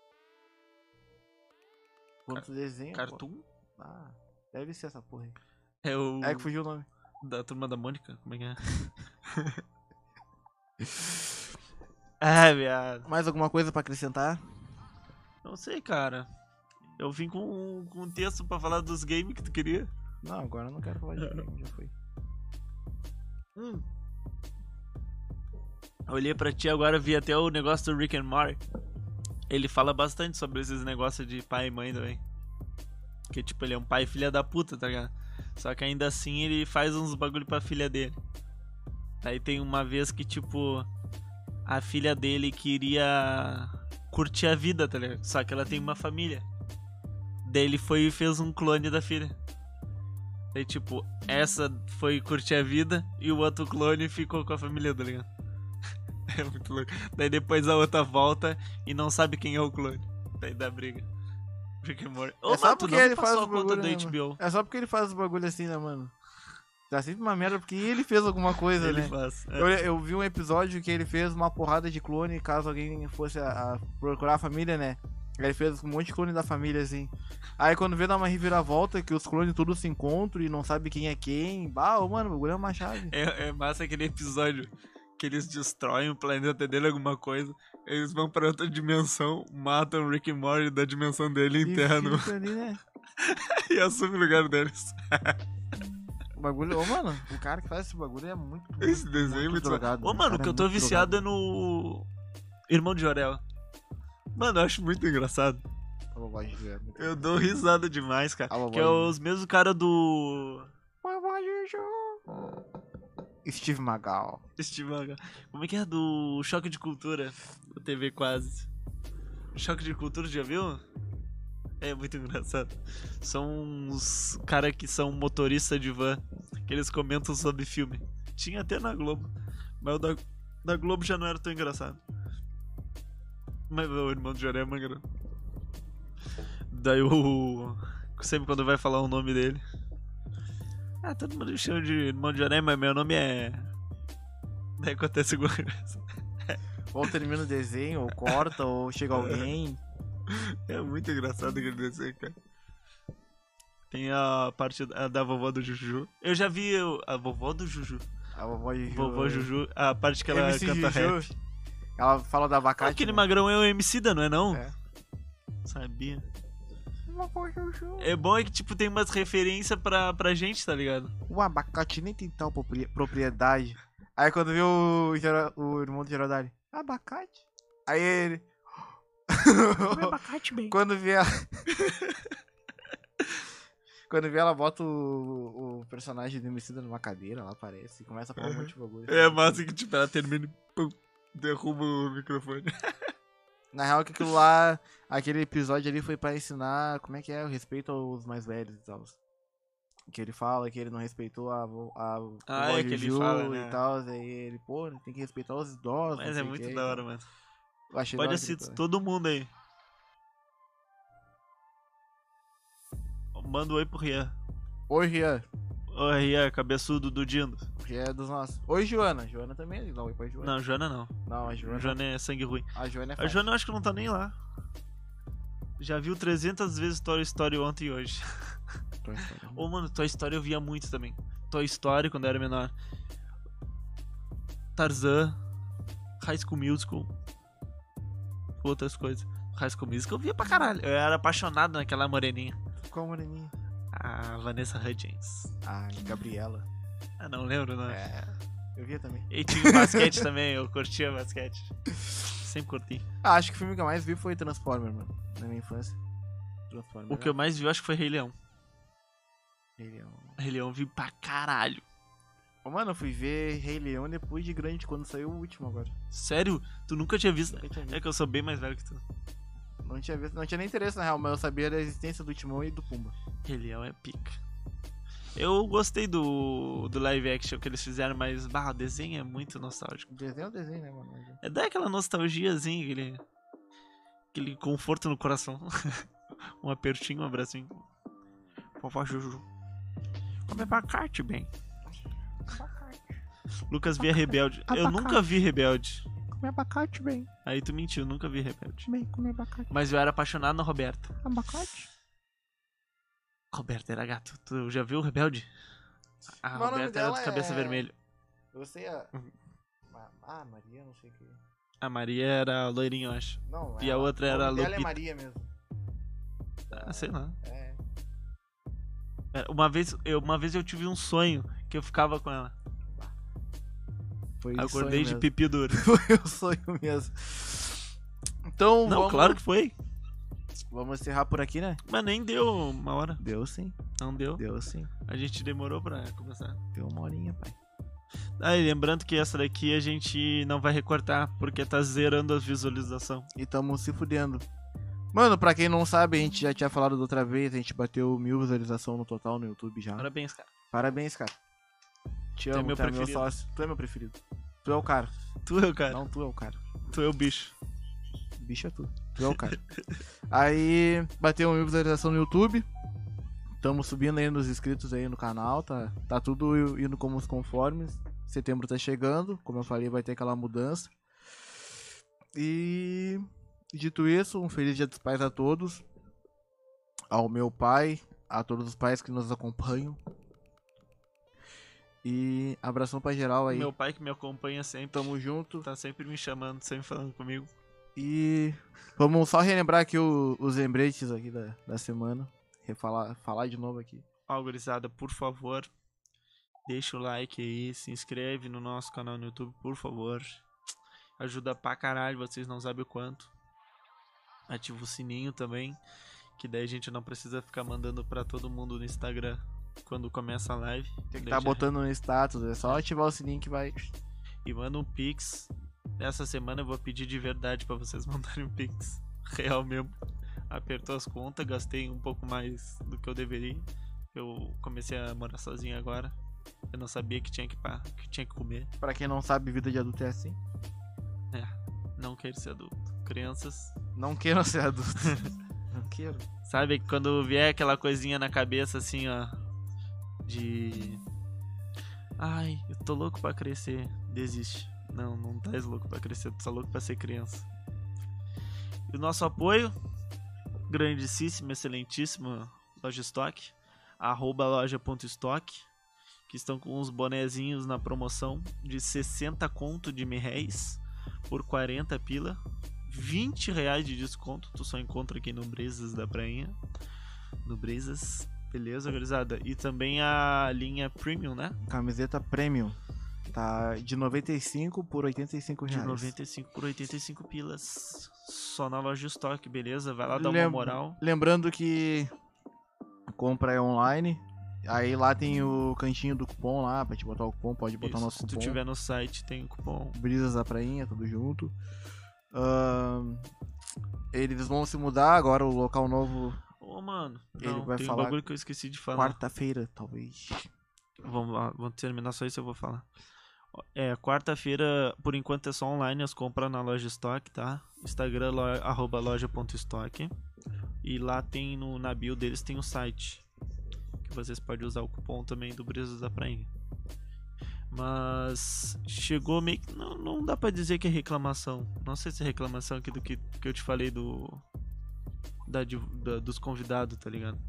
Quanto desenho? Cartoon? Deve ser essa porra aí. É que fugiu o nome. Da Turma da Mônica? Como é que é? Viado. Mais alguma coisa pra acrescentar? Não sei, cara. Eu vim com um texto pra falar dos games que tu queria. Não, agora eu não quero falar de game, já foi. Eu olhei pra ti agora, vi até o negócio do Rick and Morty. Ele fala bastante sobre esses negócios de pai e mãe também. Que tipo, ele é um pai filha da puta, tá ligado? Só que ainda assim ele faz uns bagulho pra filha dele. Aí tem uma vez que tipo, a filha dele queria curtir a vida, tá ligado? Só que ela tem uma família. Daí ele foi e fez um clone da filha. Daí tipo, essa foi curtir a vida e o outro clone ficou com a família, tá ligado? É muito louco. Daí depois a outra volta e não sabe quem é o clone. Daí dá briga. Rick and Morty. É só porque ele faz o bagulho, da HBO. É só porque ele faz os bagulho assim, né, mano? Tá sempre uma merda porque ele fez alguma coisa, Ele né? faz. Eu vi um episódio que ele fez uma porrada de clone caso alguém fosse a procurar a família, né? Ele fez um monte de clone da família, assim. Aí quando vê, dá uma reviravolta que os clones todos se encontram e não sabe quem é quem. Mano, o bagulho é uma chave. É massa aquele episódio que eles destroem o planeta dele, alguma coisa. Eles vão pra outra dimensão, matam o Rick and Morty da dimensão dele e enterram no... ali, né? e assume o lugar deles. O bagulho... mano, o cara que faz esse bagulho é muito... Esse desenho é muito drogado. mano, o que eu tô viciado é no... Irmão de Jorel. Mano, eu acho muito engraçado. Eu dou risada demais, cara. Que é os mesmos caras do... Steve Magal. Steve Magal. Como é que é do Choque de Cultura? Da TV Quase. Choque de Cultura, já viu? É muito engraçado. São uns caras que são motorista de van, que eles comentam sobre filme. Tinha até na Globo, mas o da Globo já não era tão engraçado. Mas o irmão do Joré é magrão. Daí sempre quando vai falar o nome dele. Ah, todo mundo me chama de irmão de Joré, mas meu nome é... Daí acontece alguma coisa. Ou termina o desenho, ou corta, ou chega alguém. É muito engraçado aquele desenho, cara. Tem a parte da vovó do Juju. Eu já vi a vovó do Juju. A vovó Juju. Vovó Juju, a parte que ela MC canta Juju. rap. Ela fala da abacate. Aquele né? magrão é o Emicida, não é não? É. Sabia. Vovó Juju. É bom é que, tipo, tem umas referências pra gente, tá ligado? O abacate nem tem tal propriedade. Aí quando viu o irmão do Gerodari, abacate? Aí ele... abacate bem. Quando vê ela... Quando vê ela, bota o personagem do Emicida numa cadeira, ela aparece e começa a falar um monte de bagulho. É massa que, tipo, ela termina e pum, derruba o microfone. Na real que aquilo lá, aquele episódio ali foi pra ensinar como é que é o respeito aos mais velhos e tal. Que ele fala que ele não respeitou a vovó é que ele fala, né? e tal. Aí ele, pô, tem que respeitar os idosos. Mas não é sei o muito quê, da hora, mano. Eu achei da Pode hora assistir aquele todo mundo aí. Manda um oi pro Rian. Oi, Rian. Oi, Rian, cabeçudo do Dindo. O Rian é dos nossos. Oi, Joana. Joana também, dá um oi pra Joana. Não, Joana não. Não, a Joana. Joana é sangue ruim. A Joana é A fácil. Joana eu acho que não tá nem lá. Já viu 300 vezes Toy Story ontem e hoje. Ô, mano, Toy Story eu via muito também. Toy Story quando eu era menor. Tarzan. High School Musical. Outras coisas. High School Musical eu via pra caralho. Eu era apaixonado naquela moreninha. Qual moreninha? A Vanessa Hudgens. A Gabriela. Ah, não lembro, não. É, eu via também. E tinha basquete também, eu curtia basquete. Sempre curti. Ah, acho que o filme que eu mais vi foi Transformer, mano. Na minha infância. Transformer. O que eu mais vi, eu acho que foi Rei Leão. Rei Leão. Rei Leão eu vi pra caralho. Ô, mano, eu fui ver Rei Leão depois de grande, quando saiu o último agora. Sério? Tu nunca tinha visto? Nunca tinha visto. É que eu sou bem mais velho que tu. Não tinha visto, não tinha nem interesse na real, mas eu sabia da existência do Timão e do Pumba. Rei Leão é pica. Eu gostei do live action que eles fizeram, mas o desenho é muito nostálgico. O desenho é o desenho, né, mano? É daquela nostalgiazinha, aquele conforto no coração. Um apertinho, um abracinho. Vovó Juju. Come abacate, bem. Lucas via Rebelde. Eu nunca vi Rebelde. Come abacate, bem. Aí tu mentiu, nunca vi Rebelde. Bem, come abacate. Mas eu era apaixonado na Roberta. Abacate? Roberta era gato. Tu já viu o Rebelde? A Mas o nome Roberta era dela de cabeça é- vermelha. Eu sei a... Maria, não sei o que. A Maria era a loirinha, eu acho. Não, E a outra era a o nome dela é Lupita. Maria mesmo. Ah, sei lá. É. Uma vez eu tive um sonho que eu ficava com ela. Foi Acordei de sonho mesmo. pipi duro. Foi o sonho mesmo. Então, Não, vamos... claro que foi. Vamos encerrar por aqui, né? Mas nem deu uma hora. Deu sim. Não deu. Deu sim. A gente demorou pra começar. Deu uma horinha, pai. E lembrando que essa daqui a gente não vai recortar, porque tá zerando a visualização. E tamo se fudendo. Mano, pra quem não sabe, a gente já tinha falado da outra vez, a gente bateu 1000 visualizações no total no YouTube já. Parabéns, cara. Parabéns, cara. Te amo, meu tu é meu preferido. sócio. Tu é meu preferido. Tu é o cara. Tu é o cara. Não, tu é o cara. Tu é o bicho. Bicho é tu. Tu é o cara. Aí, bateu 1000 visualizações no YouTube. Tamo subindo aí nos inscritos aí no canal, tá tudo indo como os conformes. Setembro tá chegando, como eu falei, vai ter aquela mudança. E dito isso, um feliz Dia dos Pais a todos. Ao meu pai, a todos os pais que nos acompanham. E abração pra geral aí. Meu pai que me acompanha sempre. Tamo junto. Tá sempre me chamando, sempre falando comigo. E vamos só relembrar aqui os lembretes aqui da semana. Falar de novo aqui. Gurizada, por favor, deixa o like aí, se inscreve no nosso canal no YouTube, por favor. Ajuda pra caralho, vocês não sabem o quanto. Ativa o sininho também, que daí a gente não precisa ficar mandando pra todo mundo no Instagram quando começa a live. Tem que Daí tá já- botando no status, é só ativar o sininho que vai. E manda um pix. Essa semana eu vou pedir de verdade pra vocês mandarem um pix. Real mesmo. Apertou as contas, gastei um pouco mais do que eu deveria. Eu comecei a morar sozinho agora. Eu não sabia que tinha que comer. Pra quem não sabe, vida de adulto é assim. Não quero ser adulto. Crianças. Não quero ser adulto. Não quero. Sabe quando vier aquela coisinha na cabeça assim, ó. De. Ai, eu tô louco pra crescer. Desiste. Não tá louco pra crescer, tu tá louco pra ser criança. E o nosso apoio, grandíssimo, excelentíssimo Loja Stock, @loja.stock, que estão com uns bonezinhos na promoção de 60 conto de R$1.000 por 40 pila, R$20 de desconto, tu só encontra aqui no Brisas da Prainha, no Brisas, beleza, gurizada? E também a linha Premium, né? Camiseta Premium. Tá de 95 por 85 De reais. 95 por 85 pilas. Só na Loja Stock, beleza? Vai lá dar uma Lem- moral. Lembrando que a compra é online. Aí lá tem o cantinho do cupom lá, pra te botar o cupom, pode botar Isso, nosso se tu cupom. tiver no site, tem o cupom. Brisas da Prainha, tudo junto. Eles vão se mudar agora, o local novo, Ô, mano, Ele não, vai tem um falar bagulho que eu esqueci de falar. quarta-feira, talvez. Vamos lá, vamos terminar só isso, eu vou falar. Quarta-feira, por enquanto é só online, as compras na Loja Stock, tá? Instagram, @loja.stock. E lá tem, na bio deles tem o site. Que vocês podem usar o cupom também do Brisas da Prainha. Mas chegou meio que. Não dá pra dizer que é reclamação. Não sei se é reclamação aqui do que eu te falei dos convidados, tá ligado?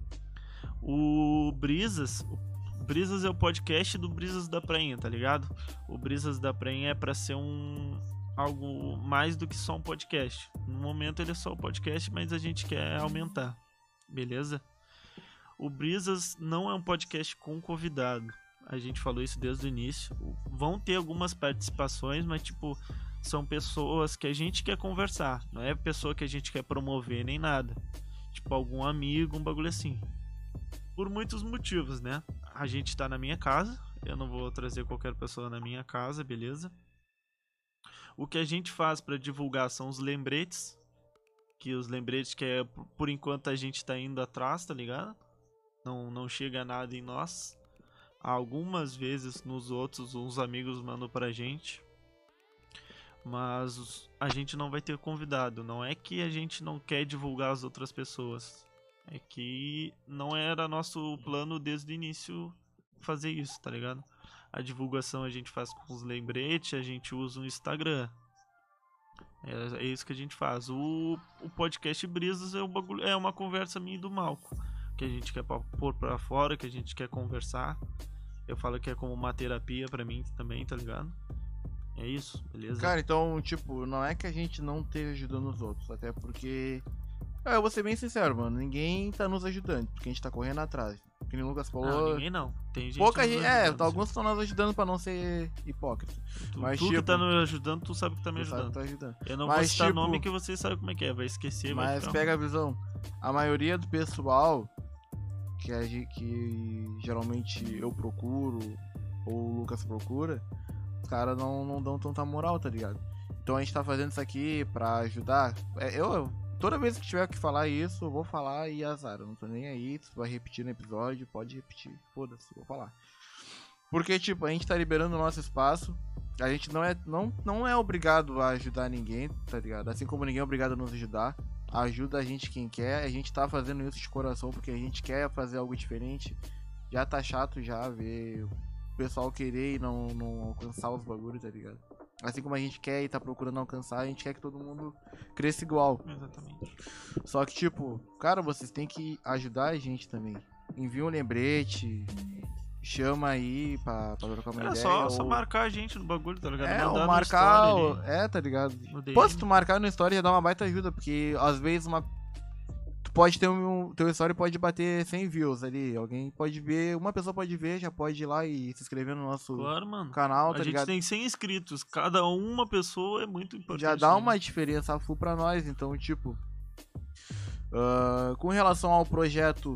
O Brisas é o podcast do Brisas da Prainha, tá ligado? O Brisas da Prainha é pra ser algo mais do que só um podcast. No momento ele é só um podcast, mas a gente quer aumentar, beleza? O Brisas não é um podcast com convidado. A gente falou isso desde o início. Vão ter algumas participações, mas tipo, são pessoas que a gente quer conversar. Não é pessoa que a gente quer promover nem nada. Tipo, algum amigo, um bagulho assim. Por muitos motivos, né? A gente tá na minha casa. Eu não vou trazer qualquer pessoa na minha casa, beleza? O que a gente faz pra divulgar são os lembretes. Que os lembretes que é, por enquanto, a gente tá indo atrás, tá ligado? Não chega nada em nós. Algumas vezes nos outros, uns amigos mandam pra gente. Mas a gente não vai ter convidado. Não é que a gente não quer divulgar as outras pessoas. É que não era nosso plano desde o início fazer isso, tá ligado? A divulgação a gente faz com os lembretes, a gente usa o Instagram. É isso que a gente faz. O podcast Brisas é uma conversa minha e do Malco. Que a gente quer pôr pra fora, que a gente quer conversar. Eu falo que é como uma terapia pra mim também, tá ligado? É isso, beleza? Cara, então, tipo, não é que a gente não esteja ajudando os outros, até porque. Eu vou ser bem sincero, mano. Ninguém tá nos ajudando, porque a gente tá correndo atrás. Que nem o Lucas não, falou. ninguém não. Tem gente Pouca nos gente. ajudando. Alguns estão nos ajudando pra não ser hipócrita. Mas, Tu que tipo, tá me ajudando, tu sabe que tá me tu sabe que ajudando. tá ajudando. Eu não Mas, vou citar tipo, nome que vocês sabem como é que é. Vai esquecer, vai Mas ficar pega a visão. A maioria do pessoal que geralmente eu procuro, ou o Lucas procura, os caras não dão tanta moral, tá ligado? Então a gente tá fazendo isso aqui pra ajudar. Toda vez que tiver que falar isso, eu vou falar e azar. Eu não tô nem aí. Se vai repetir no episódio, pode repetir. Foda-se, vou falar. Porque, tipo, a gente tá liberando o nosso espaço. A gente não é obrigado a ajudar ninguém, tá ligado? Assim como ninguém é obrigado a nos ajudar. Ajuda a gente quem quer. A gente tá fazendo isso de coração porque a gente quer fazer algo diferente. Já tá chato já ver o pessoal querer e não alcançar os bagulhos, tá ligado? Assim como a gente quer e tá procurando alcançar, a gente quer que todo mundo cresça igual. Exatamente. Só que, tipo, cara, vocês têm que ajudar a gente também. Envia um lembrete, chama aí pra trocar uma É ideia. só marcar a gente no bagulho, tá ligado? ou Mandar no marcar. story ali, Tá ligado? no DM. Pô, se tu marcar no story já dá uma baita ajuda, porque às vezes tu pode ter teu story pode bater 100 views ali. Alguém pode ver, uma pessoa pode ver, já pode ir lá e se inscrever no nosso Claro, mano. canal, tá A gente ligado? tem 100 inscritos. Cada uma pessoa é muito importante. Já dá né? uma diferença full pra nós, então, tipo. Com relação ao projeto,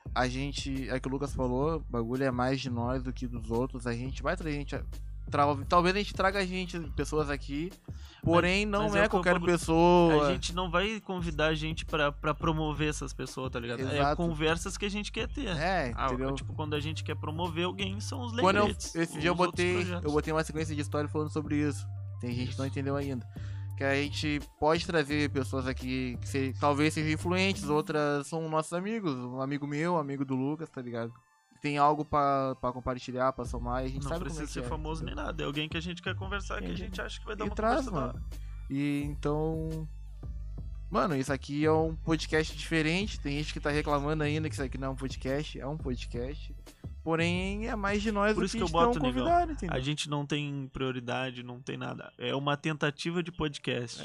a gente, é que o Lucas falou, o bagulho é mais de nós do que dos outros. A gente vai trazer gente. Talvez a gente traga pessoas aqui, porém não é qualquer pessoa. A gente não vai convidar a gente pra promover essas pessoas, tá ligado? Exato. É conversas que a gente quer ter. Entendeu? Tipo, quando a gente quer promover alguém, são os Quando lembretes. esse dia eu botei uma sequência de história falando sobre isso. Tem gente que não entendeu ainda. Que a gente pode trazer pessoas aqui que talvez sejam influentes, outras são nossos amigos. Um amigo meu, um amigo do Lucas, tá ligado? Tem algo pra compartilhar, pra somar, e a gente não sabe precisa como é que ser famoso nem nada. É alguém que a gente quer conversar, que a gente acha que vai dar uma conversa da hora. E então... Mano, isso aqui é um podcast diferente. Tem gente que tá reclamando ainda que isso aqui não é um podcast. É um podcast. Porém, é mais de nós Por do isso que que eu a gente boto, tem um convidado, entendeu? A gente não tem prioridade, não tem nada. É uma tentativa de podcast.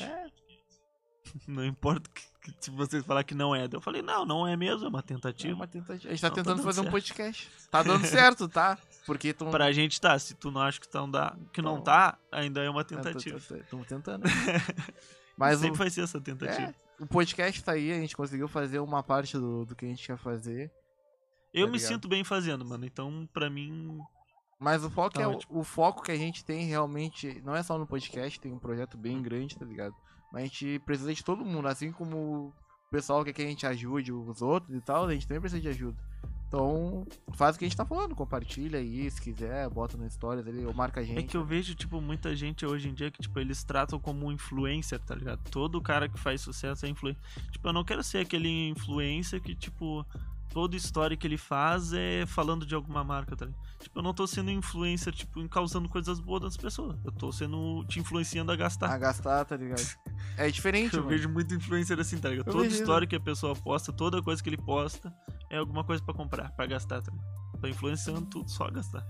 Não importa se vocês falar que não é. Eu falei, não é mesmo, é uma tentativa. É uma tentativa. A gente tá tentando fazer um podcast. Tá dando certo, tá? Porque pra gente tá. Se tu não acha que não tá, ainda é uma tentativa. Estamos tentando. Mas sempre vai ser essa tentativa. O podcast tá aí, a gente conseguiu fazer uma parte do que a gente quer fazer. Eu me sinto bem fazendo, mano. Então, pra mim... Mas o foco o foco que a gente tem realmente não é só no podcast, tem um projeto bem grande, tá ligado? Mas a gente precisa de todo mundo, assim como o pessoal quer que a gente ajude os outros e tal, a gente também precisa de ajuda. Então, faz o que a gente tá falando, compartilha aí, se quiser, bota no stories ali, ou marca a gente. É que eu vejo, tipo, muita gente hoje em dia que, tipo, eles tratam como um influencer, tá ligado? Todo cara que faz sucesso é influencer. Tipo, eu não quero ser aquele influencer que, tipo... Toda história que ele faz é falando de alguma marca, tá ligado? Tipo, eu não tô sendo influencer, tipo, causando coisas boas das pessoas. Eu tô te influenciando a gastar. A gastar, tá ligado? É diferente, eu vejo muito influencer assim, tá ligado? Toda história que a pessoa posta, toda coisa que ele posta, é alguma coisa pra comprar, pra gastar, tá ligado? Tô influenciando tudo, só gastar.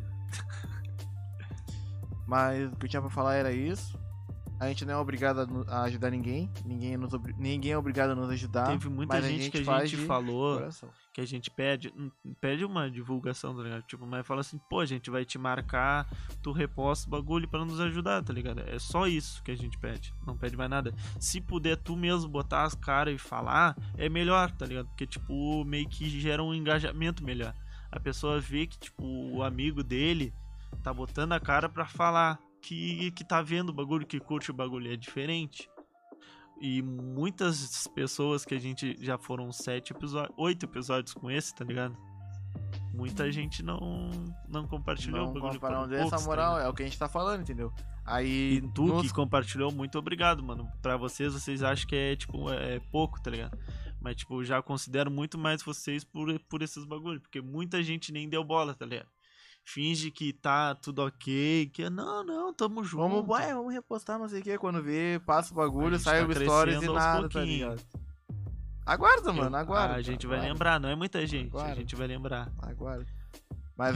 Mas o que eu tinha pra falar era isso. A gente não é obrigado a ajudar ninguém. Ninguém é obrigado a nos ajudar. Teve muita gente que a gente falou que a gente pede uma divulgação, tá ligado? Tipo, mas fala assim, pô, a gente vai te marcar, tu reposta o bagulho pra nos ajudar, tá ligado? É só isso que a gente pede. Não pede mais nada. Se puder tu mesmo botar as caras e falar, é melhor, tá ligado? Porque, tipo, meio que gera um engajamento melhor. A pessoa vê que, tipo, o amigo dele tá botando a cara pra falar que tá vendo o bagulho, que curte o bagulho, é diferente. E muitas pessoas que a gente já foram 8 episódios com esse, tá ligado? Muita gente não compartilhou o bagulho. Não deu essa moral, é o que a gente tá falando, entendeu? Aí e tu que compartilhou, muito obrigado, mano. Pra vocês acham que é, tipo, é pouco, tá ligado? Mas, tipo, já considero muito mais vocês por esses bagulhos. Porque muita gente nem deu bola, tá ligado? Finge que tá tudo ok, que não, tamo junto. Vamos repostar, não sei o que, quando vê, passa o bagulho, sai o stories e nada, tá ligado? Aguarda, mano, aguarda. A gente vai lembrar, não é muita gente, a gente vai lembrar. Aguarda. Mas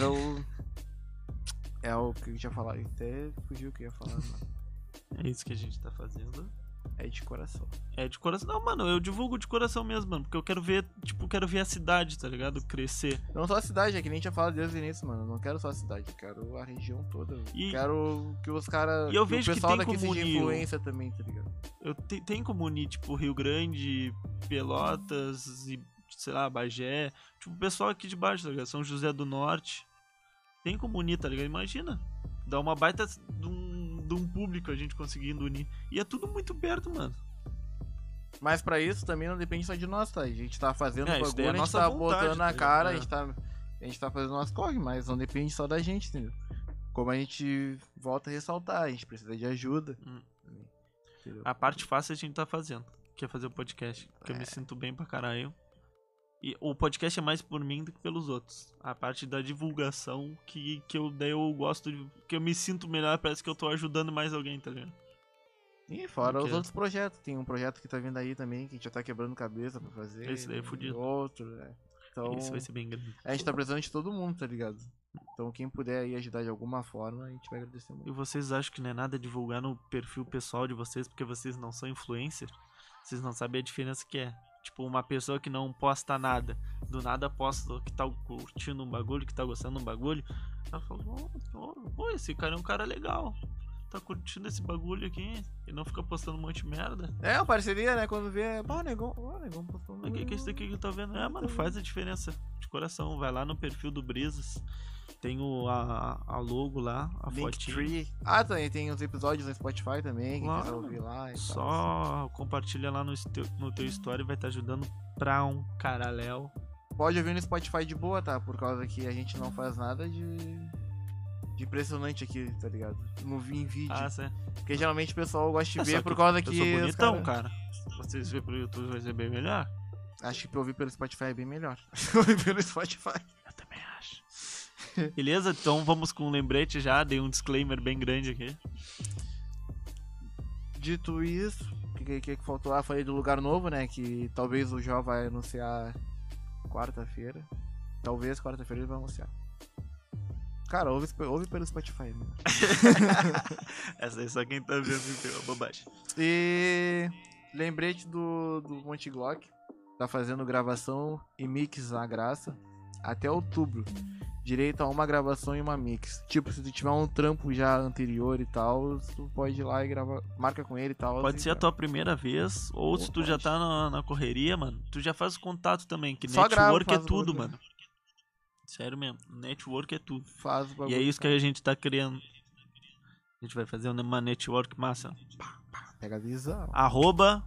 é o que eu ia falar, até fugiu o que eu ia falar, mano. É isso que a gente tá fazendo. É de coração. É de coração. Não, mano, eu divulgo de coração mesmo, mano. Porque eu quero ver, a cidade, tá ligado? Crescer. Não só a cidade, é que nem tinha falado desde o início, mano. Eu não quero só a cidade, eu quero a região toda. Quero que os caras. E eu vejo o pessoal que tem daqui como seja influência também, tá ligado? Tem como unir, tipo, Rio Grande, Pelotas e, sei lá, Bagé. Tipo, o pessoal aqui de baixo, tá ligado? São José do Norte. Tem como unir, tá ligado? Imagina. Dá uma baita de um público a gente conseguindo unir. E é tudo muito perto, mano. Mas pra isso também não depende só de nós, tá? A gente tá fazendo o bagulho, a gente tá botando na cara, a gente tá fazendo nosso corre, mas não depende só da gente, entendeu? Como a gente volta a ressaltar, a gente precisa de ajuda. A parte fácil a gente tá fazendo, que é fazer o podcast. Que eu me sinto bem pra caralho. E o podcast é mais por mim do que pelos outros. A parte da divulgação que eu gosto de... Que eu me sinto melhor, parece que eu tô ajudando mais alguém, tá ligado? E fora os outros projetos. Tem um projeto que tá vindo aí também, que a gente já tá quebrando cabeça pra fazer. Esse daí é fudido. Outro, né? Então, esse vai ser bem grande. A gente tá precisando de todo mundo, tá ligado? Então quem puder aí ajudar de alguma forma, a gente vai agradecer muito. E vocês acham que não é nada divulgar no perfil pessoal de vocês, porque vocês não são influencer? Vocês não sabem a diferença que é. Tipo, uma pessoa que não posta nada, do nada posta que tá curtindo um bagulho, que tá gostando de um bagulho. Ela fala, pô, esse cara é um cara legal. tá curtindo esse bagulho aqui e não fica postando um monte de merda. É uma parceria, né? Quando vê, pô, negão postou um O que é isso daqui que eu tô vendo? É, mano, faz a diferença. De coração, vai lá no perfil do Brisas. Tem a logo lá, a fotinha. Linktree. Ah, também tem os episódios no Spotify também, quem quiser Claro, ouvir lá e tal. só compartilha lá no teu story, vai estar ajudando pra um caraléu. Pode ouvir no Spotify de boa, tá? Por causa que a gente não faz nada de impressionante aqui, tá ligado? Não vi em vídeo. Ah, sim. Porque geralmente o pessoal gosta de É, ver só por causa que. eu sou os bonitão, cara. Vocês verem pro YouTube vai ser bem melhor. Acho que pra ouvir pelo Spotify é bem melhor. Ouvir pelo Spotify. Eu também acho. Beleza? Então vamos com um lembrete já. Dei um disclaimer bem grande aqui. Dito isso, o que faltou? Ah, falei do lugar novo, né? Que talvez o Jó vai anunciar quarta-feira. Talvez quarta-feira ele vai anunciar. Cara, ouve pelo Spotify, né? Essa aí só quem tá vendo que é uma bobagem. E lembrete do Monte Glock. Tá fazendo gravação e mix na graça até outubro. Direito a uma gravação e uma mix. Tipo, se tu tiver um trampo já anterior e tal, tu pode ir lá e gravar. Marca com ele e tal. Pode ser a tua primeira vez, ou se tu já pode. tá na correria, mano, tu já faz o contato também, que Só network grava, é faz o tudo, bagulho. mano. Sério mesmo, network é tudo. Faz o bagulho. E é isso que a gente tá criando. A gente vai fazer uma network massa. Pega a visão. Arroba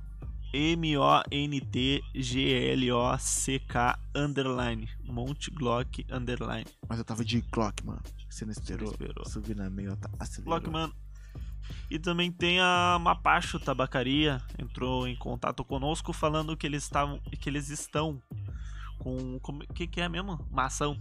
MONTGLOCK underline Monte Glock underline. Mas eu tava de Glock, mano. Você não esperou. esperou. Subir na meia, tá acelerou. Glock, mano. E também tem a Mapacho Tabacaria, entrou em contato conosco falando que eles estão com o que é mesmo? Uma ação.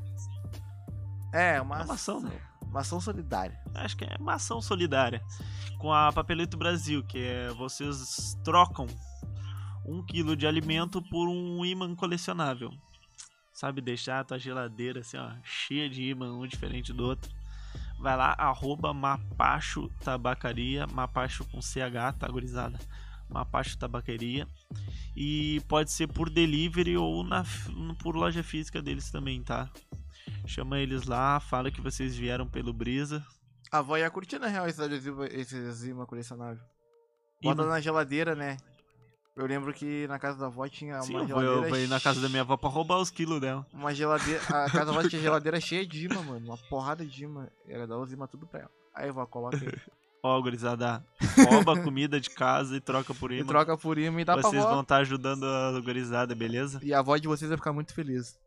É, É uma ação, né? Uma ação solidária. Acho que é uma ação solidária com a Papelito Brasil, que é vocês trocam 1 quilo de alimento por um imã colecionável. Sabe, deixar a tua geladeira assim, ó, cheia de imã, um diferente do outro. Vai lá, arroba Mapacho Tabacaria, Mapacho com CH, tá, gurizada? Mapacho Tabacaria. E pode ser por delivery ou por loja física deles também, tá? Chama eles lá, fala que vocês vieram pelo Brisa. A avó ia curtir, na real, esses imã colecionável. Bota Imã. na geladeira, né? Eu lembro que na casa da avó tinha Sim, uma eu geladeira. vou ir na casa da minha avó pra roubar os quilos dela. Uma geladeira. A casa da avó tinha geladeira cheia de imã, mano. Uma porrada de imã. Era dar os imã tudo pra ela. Aí a avó coloca aí. Ó, gurizada, rouba comida de casa e troca por E imã. troca por imã e dá pra Vocês avó. vão estar ajudando a gurizada, beleza? E a avó de vocês vai ficar muito feliz.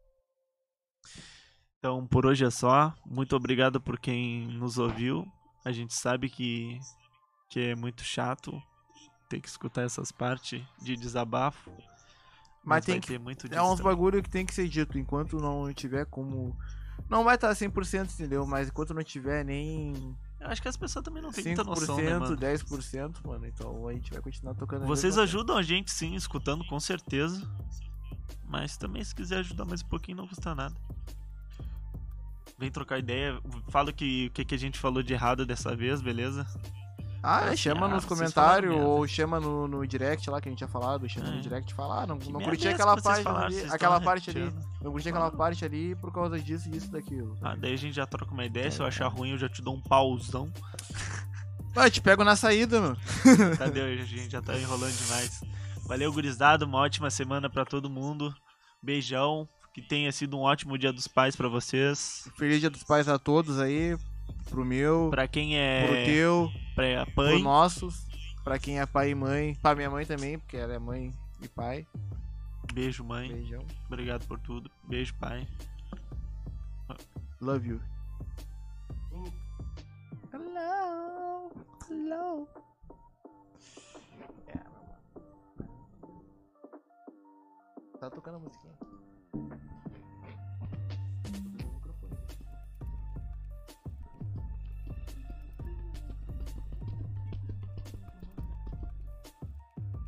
Então, por hoje é só. Muito obrigado por quem nos ouviu. A gente sabe que é muito chato ter que escutar essas partes de desabafo. Mas vai tem que. ter muito É disso uns também. bagulho que tem que ser dito. Enquanto não tiver como. Não vai estar 100%, entendeu? Mas enquanto não tiver nem Eu acho que as pessoas também não têm muita 5%, noção, né, mano? 10%, mano. Então a gente vai continuar tocando. Vocês ajudam a gente, sim, escutando, com certeza. Mas também, se quiser ajudar mais um pouquinho, não custa nada. Vem trocar ideia. Fala o que a gente falou de errado dessa vez, beleza? Ah, chama nos vocês comentários falaram ou chama no direct lá que a gente tinha falado. Chama no direct e fala, não Que curti merda é aquela essa que vocês página falaram? ali, Vocês aquela estão parte ali. repetindo. Não curti aquela parte ali por causa disso, disso, daquilo. Ah, daí a gente já troca uma ideia. Se eu achar ruim, eu já te dou um pauzão. Ah, eu te pego na saída, mano. Cadê? A gente já tá enrolando demais. Valeu, gurizada. Uma ótima semana pra todo mundo. Beijão. Que tenha sido um ótimo Dia dos Pais pra vocês. Feliz Dia dos Pais a todos aí. Pro meu, Pra quem pro é teu, pra pro pai, nossos. Pra quem é pai e mãe. Pra minha mãe também, porque ela é mãe e pai. beijo, mãe. Beijão. Obrigado por tudo. Beijo, pai. Love you. Hello. Hello. Tá tocando a musiquinha.